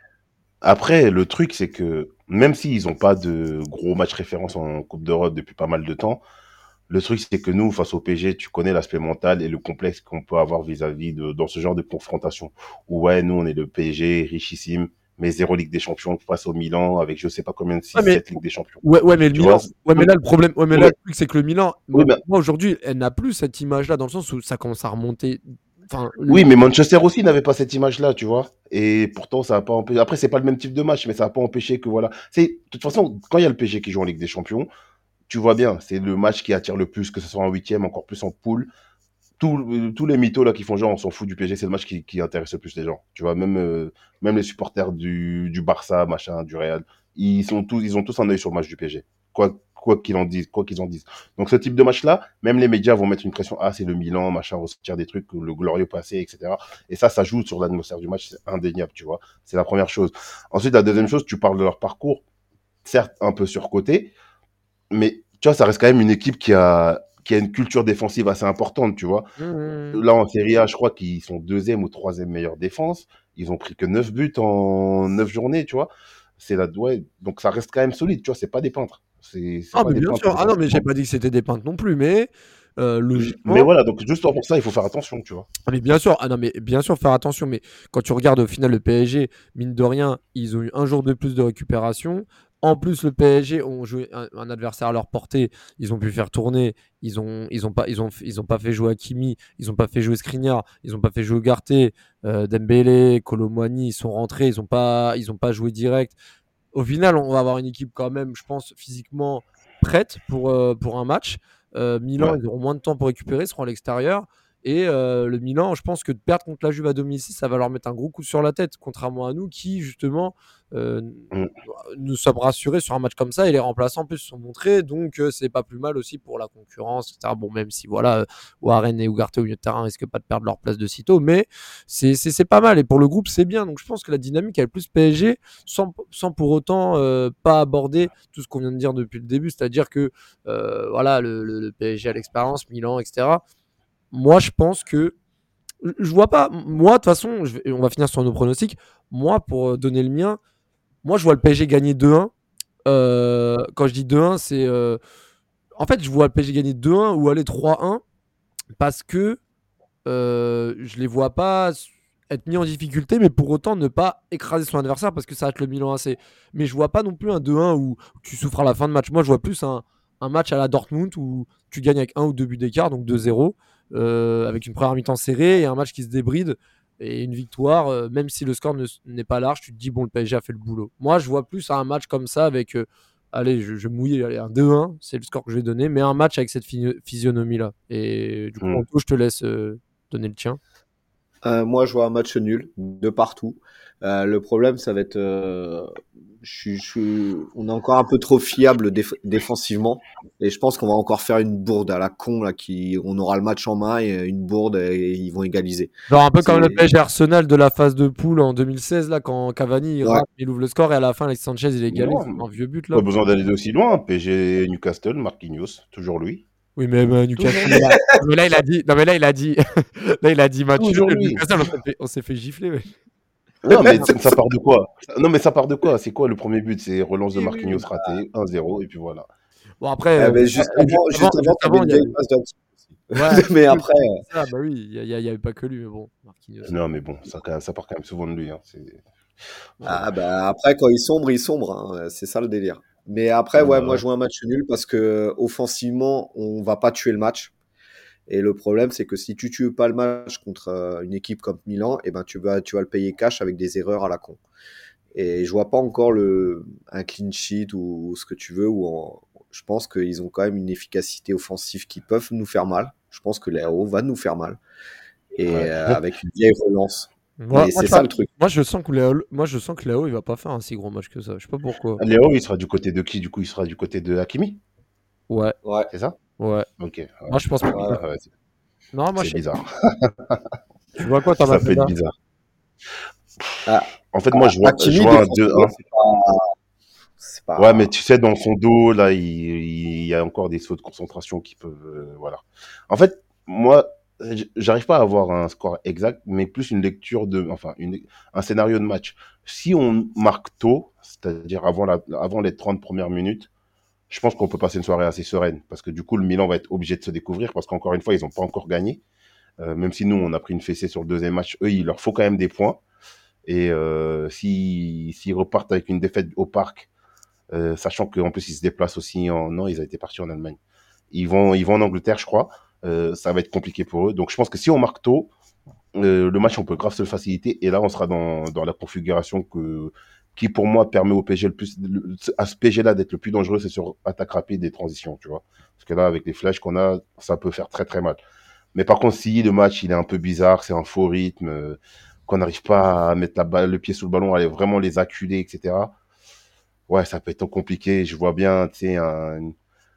Après, le truc, c'est que même s'ils n'ont pas de gros matchs référence en Coupe d'Europe depuis pas mal de temps, le truc, c'est que nous, face au P S G, tu connais l'aspect mental et le complexe qu'on peut avoir vis-à-vis de dans ce genre de confrontation. Où ouais, nous, on est le P S G, richissime, mais zéro Ligue des Champions face au Milan avec je sais pas combien de six, sept ouais, Ligue des Champions. Ouais, ouais, mais le Milan, ouais, mais là, le problème, ouais, mais là, le truc, c'est que le Milan, oui, moi, moi aujourd'hui, elle n'a plus cette image-là dans le sens où ça commence à remonter. Enfin, oui, le... mais Manchester aussi n'avait pas cette image-là, tu vois. Et pourtant, ça n'a pas empêché. Après, c'est pas le même type de match, mais ça n'a pas empêché que voilà. C'est de toute façon, quand il y a le P S G qui joue en Ligue des Champions, tu vois bien, c'est le match qui attire le plus, que ce soit en huitième, encore plus en poule. Tous, tous les mythos là qui font genre on s'en fout du P S G, c'est le match qui, qui intéresse le plus les gens. Tu vois, même, euh, même les supporters du, du Barça, machin, du Real, ils, sont tous, ils ont tous un œil sur le match du P S G. Quoi, quoi qu'ils en disent, quoi qu'ils en disent. Donc ce type de match-là, même les médias vont mettre une pression. Ah, c'est le Milan, machin, ressortir des trucs, le glorieux passé, et cetera. Et ça, ça joue sur l'atmosphère du match, c'est indéniable, tu vois. C'est la première chose. Ensuite, la deuxième chose, tu parles de leur parcours, certes un peu surcoté, mais tu vois, ça reste quand même une équipe qui a qui a une culture défensive assez importante, tu vois. Mmh. Là, en Serie A, je crois qu'ils sont deuxième ou troisième meilleure défense. Ils ont pris que neuf buts en neuf journées, tu vois. C'est la ouais, donc ça reste quand même solide, tu vois. C'est pas des peintres. C'est c'est Ah, pas mais des bien peintres sûr. Ah non, mais j'ai défensivement. pas dit que c'était des peintres non plus, mais euh, Mais logiquement. voilà, donc juste pour ça, il faut faire attention, tu vois. Ah, mais bien sûr, ah non, mais bien sûr, faire attention. Mais quand tu regardes au final le P S G, mine de rien, ils ont eu un jour de plus de récupération. En plus, le P S G ont joué un, un adversaire à leur portée. Ils ont pu faire tourner. Ils ont, ils ont pas, ils ont, ils ont pas fait jouer Hakimi. Ils ont pas fait jouer Skriniar. Ils ont pas fait jouer Ugarte, euh, Dembélé, Kolo Muani. Ils sont rentrés. Ils ont pas, ils ont pas joué direct. Au final, on va avoir une équipe quand même, je pense, physiquement prête pour, euh, pour un match. Euh, Milan, Ouais. ils auront moins de temps pour récupérer, ils seront à l'extérieur. Et euh, le Milan, je pense que de perdre contre la Juve à domicile, ça va leur mettre un gros coup sur la tête, contrairement à nous qui, justement, euh, Mm. nous sommes rassurés sur un match comme ça. Et les remplaçants, en plus, se sont montrés. Donc, euh, c'est pas plus mal aussi pour la concurrence, et cetera. Bon, même si, voilà, euh, Warren et Ugarte au milieu de terrain risquent pas de perdre leur place de sitôt. Mais c'est, c'est, c'est pas mal. Et pour le groupe, c'est bien. Donc, je pense que la dynamique, elle est plus P S G sans, sans pour autant euh, pas aborder tout ce qu'on vient de dire depuis le début. C'est-à-dire que, euh, voilà, le, le, le P S G a l'expérience, Milan, et cetera. Moi, je pense que je vois pas. Moi, de toute façon, je vais- on va finir sur nos pronostics. Moi, pour donner le mien, moi, je vois le P S G gagner deux un. Euh, quand je dis deux un, c'est. euh, En fait, je vois le P S G gagner deux un ou aller trois un parce que euh, je les vois pas être mis en difficulté, mais pour autant ne pas écraser son adversaire parce que ça va être le Milan A C. Mais je vois pas non plus un deux un où tu souffres à la fin de match. Moi, je vois plus un, un match à la Dortmund où tu gagnes avec un ou deux buts d'écart, donc deux zéro, euh, avec une première mi-temps serrée et un match qui se débride et une victoire, euh, même si le score ne- n'est pas large, tu te dis, bon, le P S G a fait le boulot. Moi, je vois plus un match comme ça avec, euh, allez, je, je mouille, allez, un deux un, c'est le score que je vais donner, mais un match avec cette phy- physionomie-là. Et du coup, Mm. Anto, je te laisse euh, donner le tien. Euh, moi, je vois un match nul de partout. Euh, le problème, ça va être, euh, je, suis- je, suis- on est encore un peu trop fiable déf- défensivement, et je pense qu'on va encore faire une bourde à la con là, qui, on aura le match en main et une bourde et ils vont égaliser. Genre un peu comme le C'est, P S G Arsenal de la phase de poule en deux mille seize, là, quand Cavani il ouais, rate, il ouvre le score et à la fin, Alexis Sanchez il égalise Non, un vieux but pas là. besoin d'aller aussi loin. P S G, Newcastle, Marquinhos, toujours lui. Oui, mais euh, Toujours Newcastle, lui. là, non, mais là il a dit, non mais là il a dit, là il a dit match nul. Toujours lui. Newcastle, on s'est fait, on s'est fait gifler. Ouais. Non, mais ça, ça part de quoi? Non, mais ça part de quoi? C'est quoi le premier but? C'est relance de Oui, oui, Marquinhos oui. raté, un zéro, et puis voilà. Bon après, euh, euh, mais juste euh, juste avant, avant, juste avant, juste t'avais avant, une il y vieille avait, passe d'Hakim ouais, aussi. Mais oui, après, c'est ça, bah oui, il y, a- il y a- il y avait pas que lui, mais bon, Marquinhos. Non, mais bon, ça, ça part quand même souvent de lui. Hein. C'est... Ouais. ah bah après quand il sombre, il sombre, hein. C'est ça le délire. Mais après, ouais, Bah moi ouais. je vois un match nul parce que offensivement, on va pas tuer le match. Et le problème, c'est que si tu tues pas le match contre euh, une équipe comme Milan, eh ben tu vas, tu vas le payer cash avec des erreurs à la con. Et je vois pas encore le, un clean sheet ou, ou ce que tu veux. Ou en- je pense qu'ils ont quand même une efficacité offensive qui peuvent nous faire mal. Je pense que l'A O va nous faire mal. Et Ouais. euh, avec une vieille relance. Moi, Mais moi, c'est je, ça le truc. moi, je sens que Léo, moi je sens que Léo il va pas faire un si gros match que ça. Je sais pas pourquoi. Léo, il sera du côté de qui? Du coup, il sera du côté de Hakimi? Ouais, Ouais, C'est ça? ouais. Ok. Ouais. Moi je pense pas. ouais, ouais. Ouais, c'est, Non, moi c'est je sais. bizarre. Tu vois quoi, t'en as Ça fait peut être là? bizarre. Ah, En fait, moi, je vois, je Hakimi, vois un deux défensivement, un. c'est pas, c'est Ouais, mais pas. tu sais, dans son dos, là, il, il y a encore des sauts de concentration qui peuvent. euh, voilà. En fait, moi, j- j'arrive pas à avoir un score exact, mais plus une lecture de. Enfin, une, un scénario de match. Si on marque tôt, c'est-à-dire avant, la, avant les trente premières minutes, je pense qu'on peut passer une soirée assez sereine. Parce que du coup, le Milan va être obligé de se découvrir, parce qu'encore une fois, ils n'ont pas encore gagné. Euh, même si nous, on a pris une fessée sur le deuxième match, eux, il leur faut quand même des points. Et euh, si- s'ils repartent avec une défaite au parc, euh, sachant qu'en plus ils se déplacent aussi en... Non, ils ont été partis en Allemagne. Ils vont, ils vont en Angleterre, je crois. Euh, ça va être compliqué pour eux. Donc je pense que si on marque tôt, euh, le match, on peut grave se le faciliter. Et là, on sera dans, dans la configuration que, qui, pour moi, permet au P S G le plus, le- à ce P S G-là d'être le plus dangereux, c'est sur attaque rapide et transition, tu vois. Parce que là, avec les flèches qu'on a, ça peut faire très très mal. Mais par contre, si le match, il est un peu bizarre, c'est un faux rythme, euh, qu'on n'arrive pas à mettre la balle, le pied sous le ballon, à aller vraiment les acculer, et cetera. Ouais, ça peut être compliqué. Je vois bien, tu sais, un,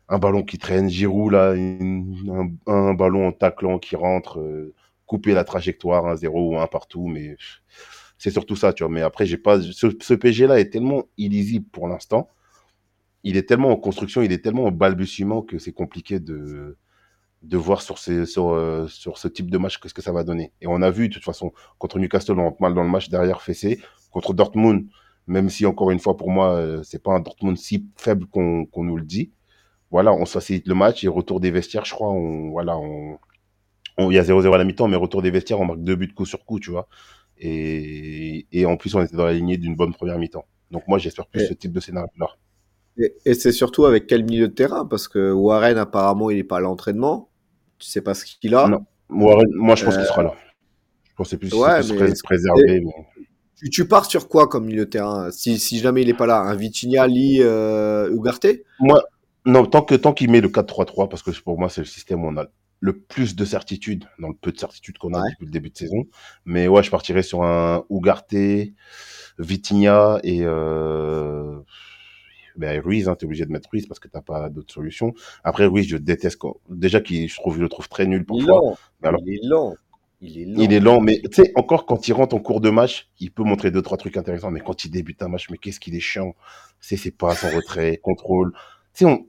un ballon qui traîne, Giroud là, une- un, un ballon en taclant qui rentre, euh, couper la trajectoire, un zéro ou un partout, mais pff, c'est surtout ça, tu vois. Mais après, j'ai pas, ce, ce P S G là est tellement illisible pour l'instant, il est tellement en construction, il est tellement en balbutiement que c'est compliqué de, de voir sur, ces, sur, euh, sur ce type de match qu'est-ce que ça va donner. Et on a vu, de toute façon, contre Newcastle, on rentre mal dans le match derrière fessé. Contre Dortmund, même si, encore une fois, pour moi, euh, c'est pas un Dortmund si faible qu'on qu'on nous le dit. Voilà, on facilite le match et retour des vestiaires, je crois, on, voilà, on, on- il y a zéro zéro à la mi-temps, mais retour des vestiaires, on marque deux buts coup sur coup, tu vois. Et, et en plus, on était dans la lignée d'une bonne première mi-temps. Donc moi, j'espère plus Et, ce type de scénario-là. et, et c'est surtout avec quel milieu de terrain, parce que Warren, apparemment, il n'est pas à l'entraînement. Tu sais pas ce qu'il a. Non, moi, moi je pense qu'il Euh, sera là. Je pense que c'est plus, c'est ouais, plus mais pré- préservé. Mais... tu, tu pars sur quoi comme milieu de terrain? Si, si jamais il n'est pas là, un Vitinha, Lee, euh, Ugarte? Moi, non, tant que tant qu'il met le quatre trois trois, parce que pour moi, c'est le système où on a le plus de certitude, dans le peu de certitude qu'on a Ouais. depuis le début de saison. Mais ouais, je partirais sur un Ugarte, Vitinha et euh, ben, Ruiz, hein, t'es obligé de mettre Ruiz parce que t'as pas d'autre solution. Après, Ruiz, je déteste quand... Déjà, qu'il, je trouve, je le trouve très nul Il est parfois. lent. Mais alors, Il est lent. Il est il est lent. lent, mais tu sais, encore quand il rentre en cours de match, il peut montrer deux, trois trucs intéressants, mais quand il débute un match, mais qu'est-ce qu'il est chiant. C'est ses passes en retrait, contrôle. Tu sais, on...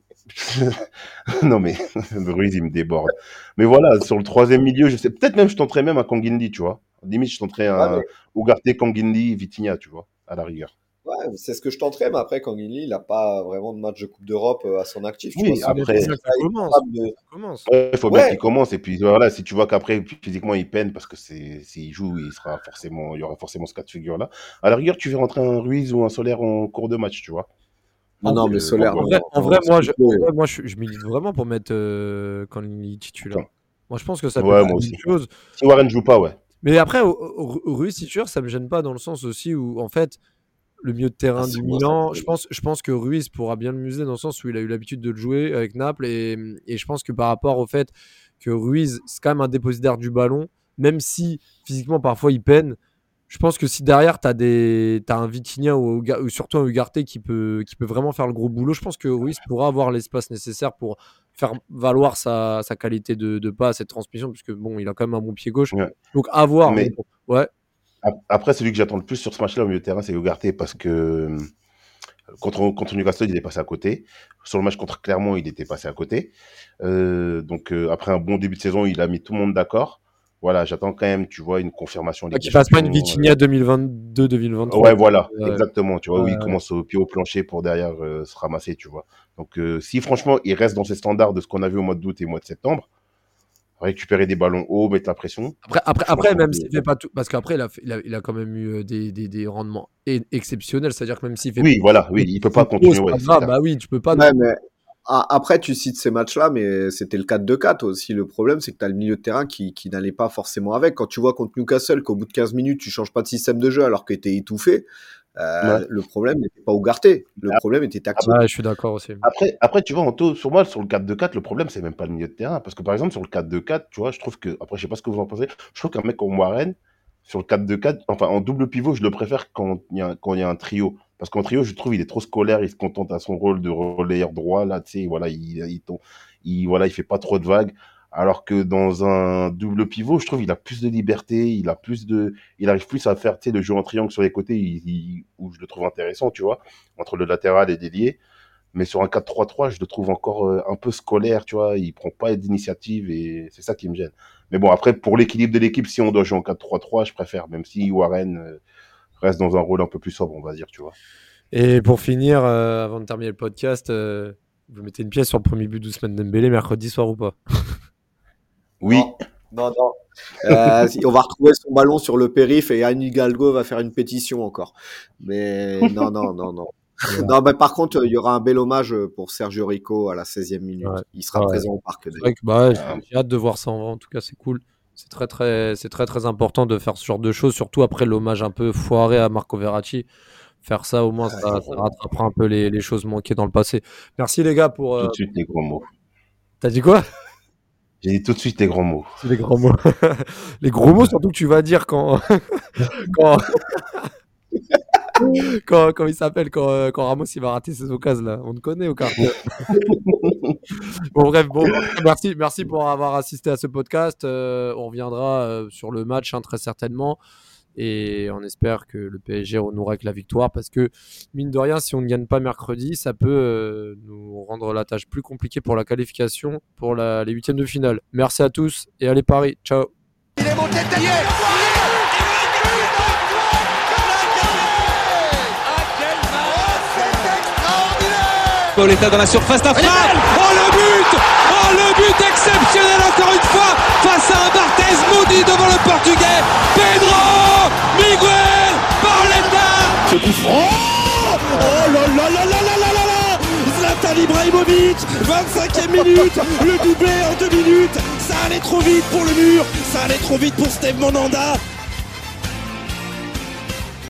non, mais Ruiz, il me déborde. Mais voilà, sur le troisième milieu, je sais, peut-être même je tenterais même un Kangindi, tu vois. Limite, je tenterais Ouais, mais un Ugarte, Kangindi, Vitinha, tu vois, à la rigueur. ouais, c'est ce que je tenterais, mais après, Kangin il n'a pas vraiment de match de Coupe d'Europe euh, à son actif. Tu vois, Oui, si Ah, mais après, faut si bien que ça, ça il est commence. capable de. Ça commence. ouais, il faut bien Ouais, qu'il commence. Et puis voilà, si tu vois qu'après, physiquement, il peine parce que c'est, s'il joue, il sera forcément, il y aura forcément ce cas de figure-là. À la rigueur, tu fais rentrer un Ruiz ou un Solaire en cours de match, tu vois. non, En, non, Donc, mais euh, donc Solaire, en non, voilà. vrai, non, en non, vrai, non, s'il moi, te je, plaît. en vrai, moi, je, je milite vraiment pour mettre euh, Kanli titulaire. Enfin, Moi, je pense que ça peut ouais, faire moi une aussi. chose. Si Warren joue pas, ouais. Mais après, au- au- au- Ruiz titulaire, ça me gêne pas dans le sens aussi où, en fait, le milieu de Ah, terrain c'est du moi, ça me Milan, je gêne. pense, je pense que Ruiz pourra bien le museler dans le sens où il a eu l'habitude de le jouer avec Naples et, et je pense que par rapport au fait que Ruiz, c'est quand même un dépositaire du ballon, même si physiquement parfois il peine, je pense que si derrière tu as des t'as un Vitinha ou, Uga- ou surtout un Ugarte qui peut qui peut vraiment faire le gros boulot, je pense que Ruiz pourra avoir l'espace nécessaire pour faire valoir sa, sa qualité de, de passe et de transmission puisque bon, il a quand même un bon pied gauche. Ouais. Donc à voir, mais Mais bon, ouais. ap- après, celui que j'attends le plus sur ce match-là au milieu de terrain, c'est Ugarte parce que euh, contre, contre Newcastle, il est passé à côté. Sur le match contre Clermont, il était passé à côté. Euh, donc, euh, après un bon début de saison, il a mis tout le monde d'accord. Voilà, j'attends quand même, tu vois, une confirmation en Pas Ligue des qu'il fasse pas une Champions. euh, Vitinha deux mille vingt-deux deux mille vingt-trois. Ouais, voilà, Ouais, exactement. Tu vois, où il ouais. commence au pied au plancher pour derrière euh, se ramasser, tu vois. Donc, euh, si franchement, il reste dans ses standards de ce qu'on a vu au mois d'août et au mois de septembre, récupérer des ballons hauts, mettre la pression, Après, après, je pense après qu'on même peut. s'il fait pas tout, parce qu'après, il a, fait- il, a, il a quand même eu euh, des, des, des rendements e- exceptionnels. C'est-à-dire que même s'il fait pas Oui, voilà, oui, tout il peut ce qu'il pas faut, continuer, c'est pas ouais, c'est grave. clair. Bah oui, tu peux pas non Ouais, plus. mais a- après, tu cites ces matchs-là, mais c'était le quatre deux quatre aussi. Le problème, c'est que tu as le milieu de terrain qui, qui n'allait pas forcément avec. Quand tu vois contre Newcastle qu'au bout de quinze minutes, tu changes pas de système de jeu alors que tu es étouffé, Ouais. euh, le problème n'était pas Ugarte. Le problème était tactique. Ouais, je suis d'accord aussi. Après, après, tu vois, Anto, sur moi, sur le quatre deux quatre, le problème, c'est même pas le milieu de terrain. Parce que, par exemple, sur le quatre deux quatre, tu vois, je trouve que, après, je sais pas ce que vous en pensez, je trouve qu'un mec comme Warren, sur le quatre deux quatre, enfin, en double pivot, je le préfère quand il y a, quand il y a un trio. Parce qu'en trio, je trouve, il est trop scolaire, il se contente à son rôle de relayeur droit, là, tu sais, voilà, il, il, il, il, voilà, il fait pas trop de vagues. Alors que dans un double pivot, je trouve, il a plus de liberté, il a plus de, il arrive plus à faire, tu sais, le jeu en triangle sur les côtés, il, il, où je le trouve intéressant, tu vois, entre le latéral et l'ailier. Mais sur un quatre trois trois, je le trouve encore euh, un peu scolaire, tu vois. Il prend pas d'initiative et c'est ça qui me gêne. Mais bon, après, pour l'équilibre de l'équipe, si on doit jouer en quatre trois trois, je préfère, même si Warren euh, reste dans un rôle un peu plus sobre, on va dire, tu vois. Et pour finir, euh, avant de terminer le podcast, euh, vous mettez une pièce sur le premier but d'Ousmane Dembélé mercredi soir ou pas? Oui, Non, non, non. Euh, si- on va retrouver son ballon sur le périph' et Anne Hidalgo va faire une pétition encore. Mais non, non, non, non. Non, mais par contre, il y aura un bel hommage pour Sergio Rico à la seizième minute. Ouais. Il sera Ouais. présent au parc C'est d'ailleurs. vrai que bah, ouais, Ah. j'ai j'ai hâte de voir ça en vrai. En tout cas, c'est cool. C'est très très, c'est très très important de faire ce genre de choses, surtout après l'hommage un peu foiré à Marco Verratti. Faire ça, au moins, ça, ça rattrapera un peu les, les choses manquées dans le passé. Merci les gars pour. tout euh, de suite les grands mots. T'as dit quoi? J'ai dit tout de suite les grands mots. C'est les grands mots. Les gros mots, surtout que tu vas dire quand. quand... quand, quand il s'appelle, quand, euh, quand Ramos il va rater ses occasions là, on te connaît au quartier. Bon bref, bon, merci, merci pour avoir assisté à ce podcast. Euh, on reviendra euh, sur le match hein, très certainement. Et on espère que le P S G renouera avec la victoire parce que, mine de rien, si on ne gagne pas mercredi, ça peut euh, nous rendre la tâche plus compliquée pour la qualification pour la, les huitièmes de finale. Merci à tous et allez Paris, ciao. Il est monté taillé. Pauletta dans la surface d'affaire. Oh le but! Oh le but exceptionnel encore une fois face à un Barthez maudit devant le Portugais. Pedro Miguel Pauletta. Ce coup franc. Oh là là là là là là là là. Zlatan Ibrahimovic, vingt-cinquième minute, le doublé en deux minutes. Ça allait trop vite pour le mur, ça allait trop vite pour Steve Mandanda.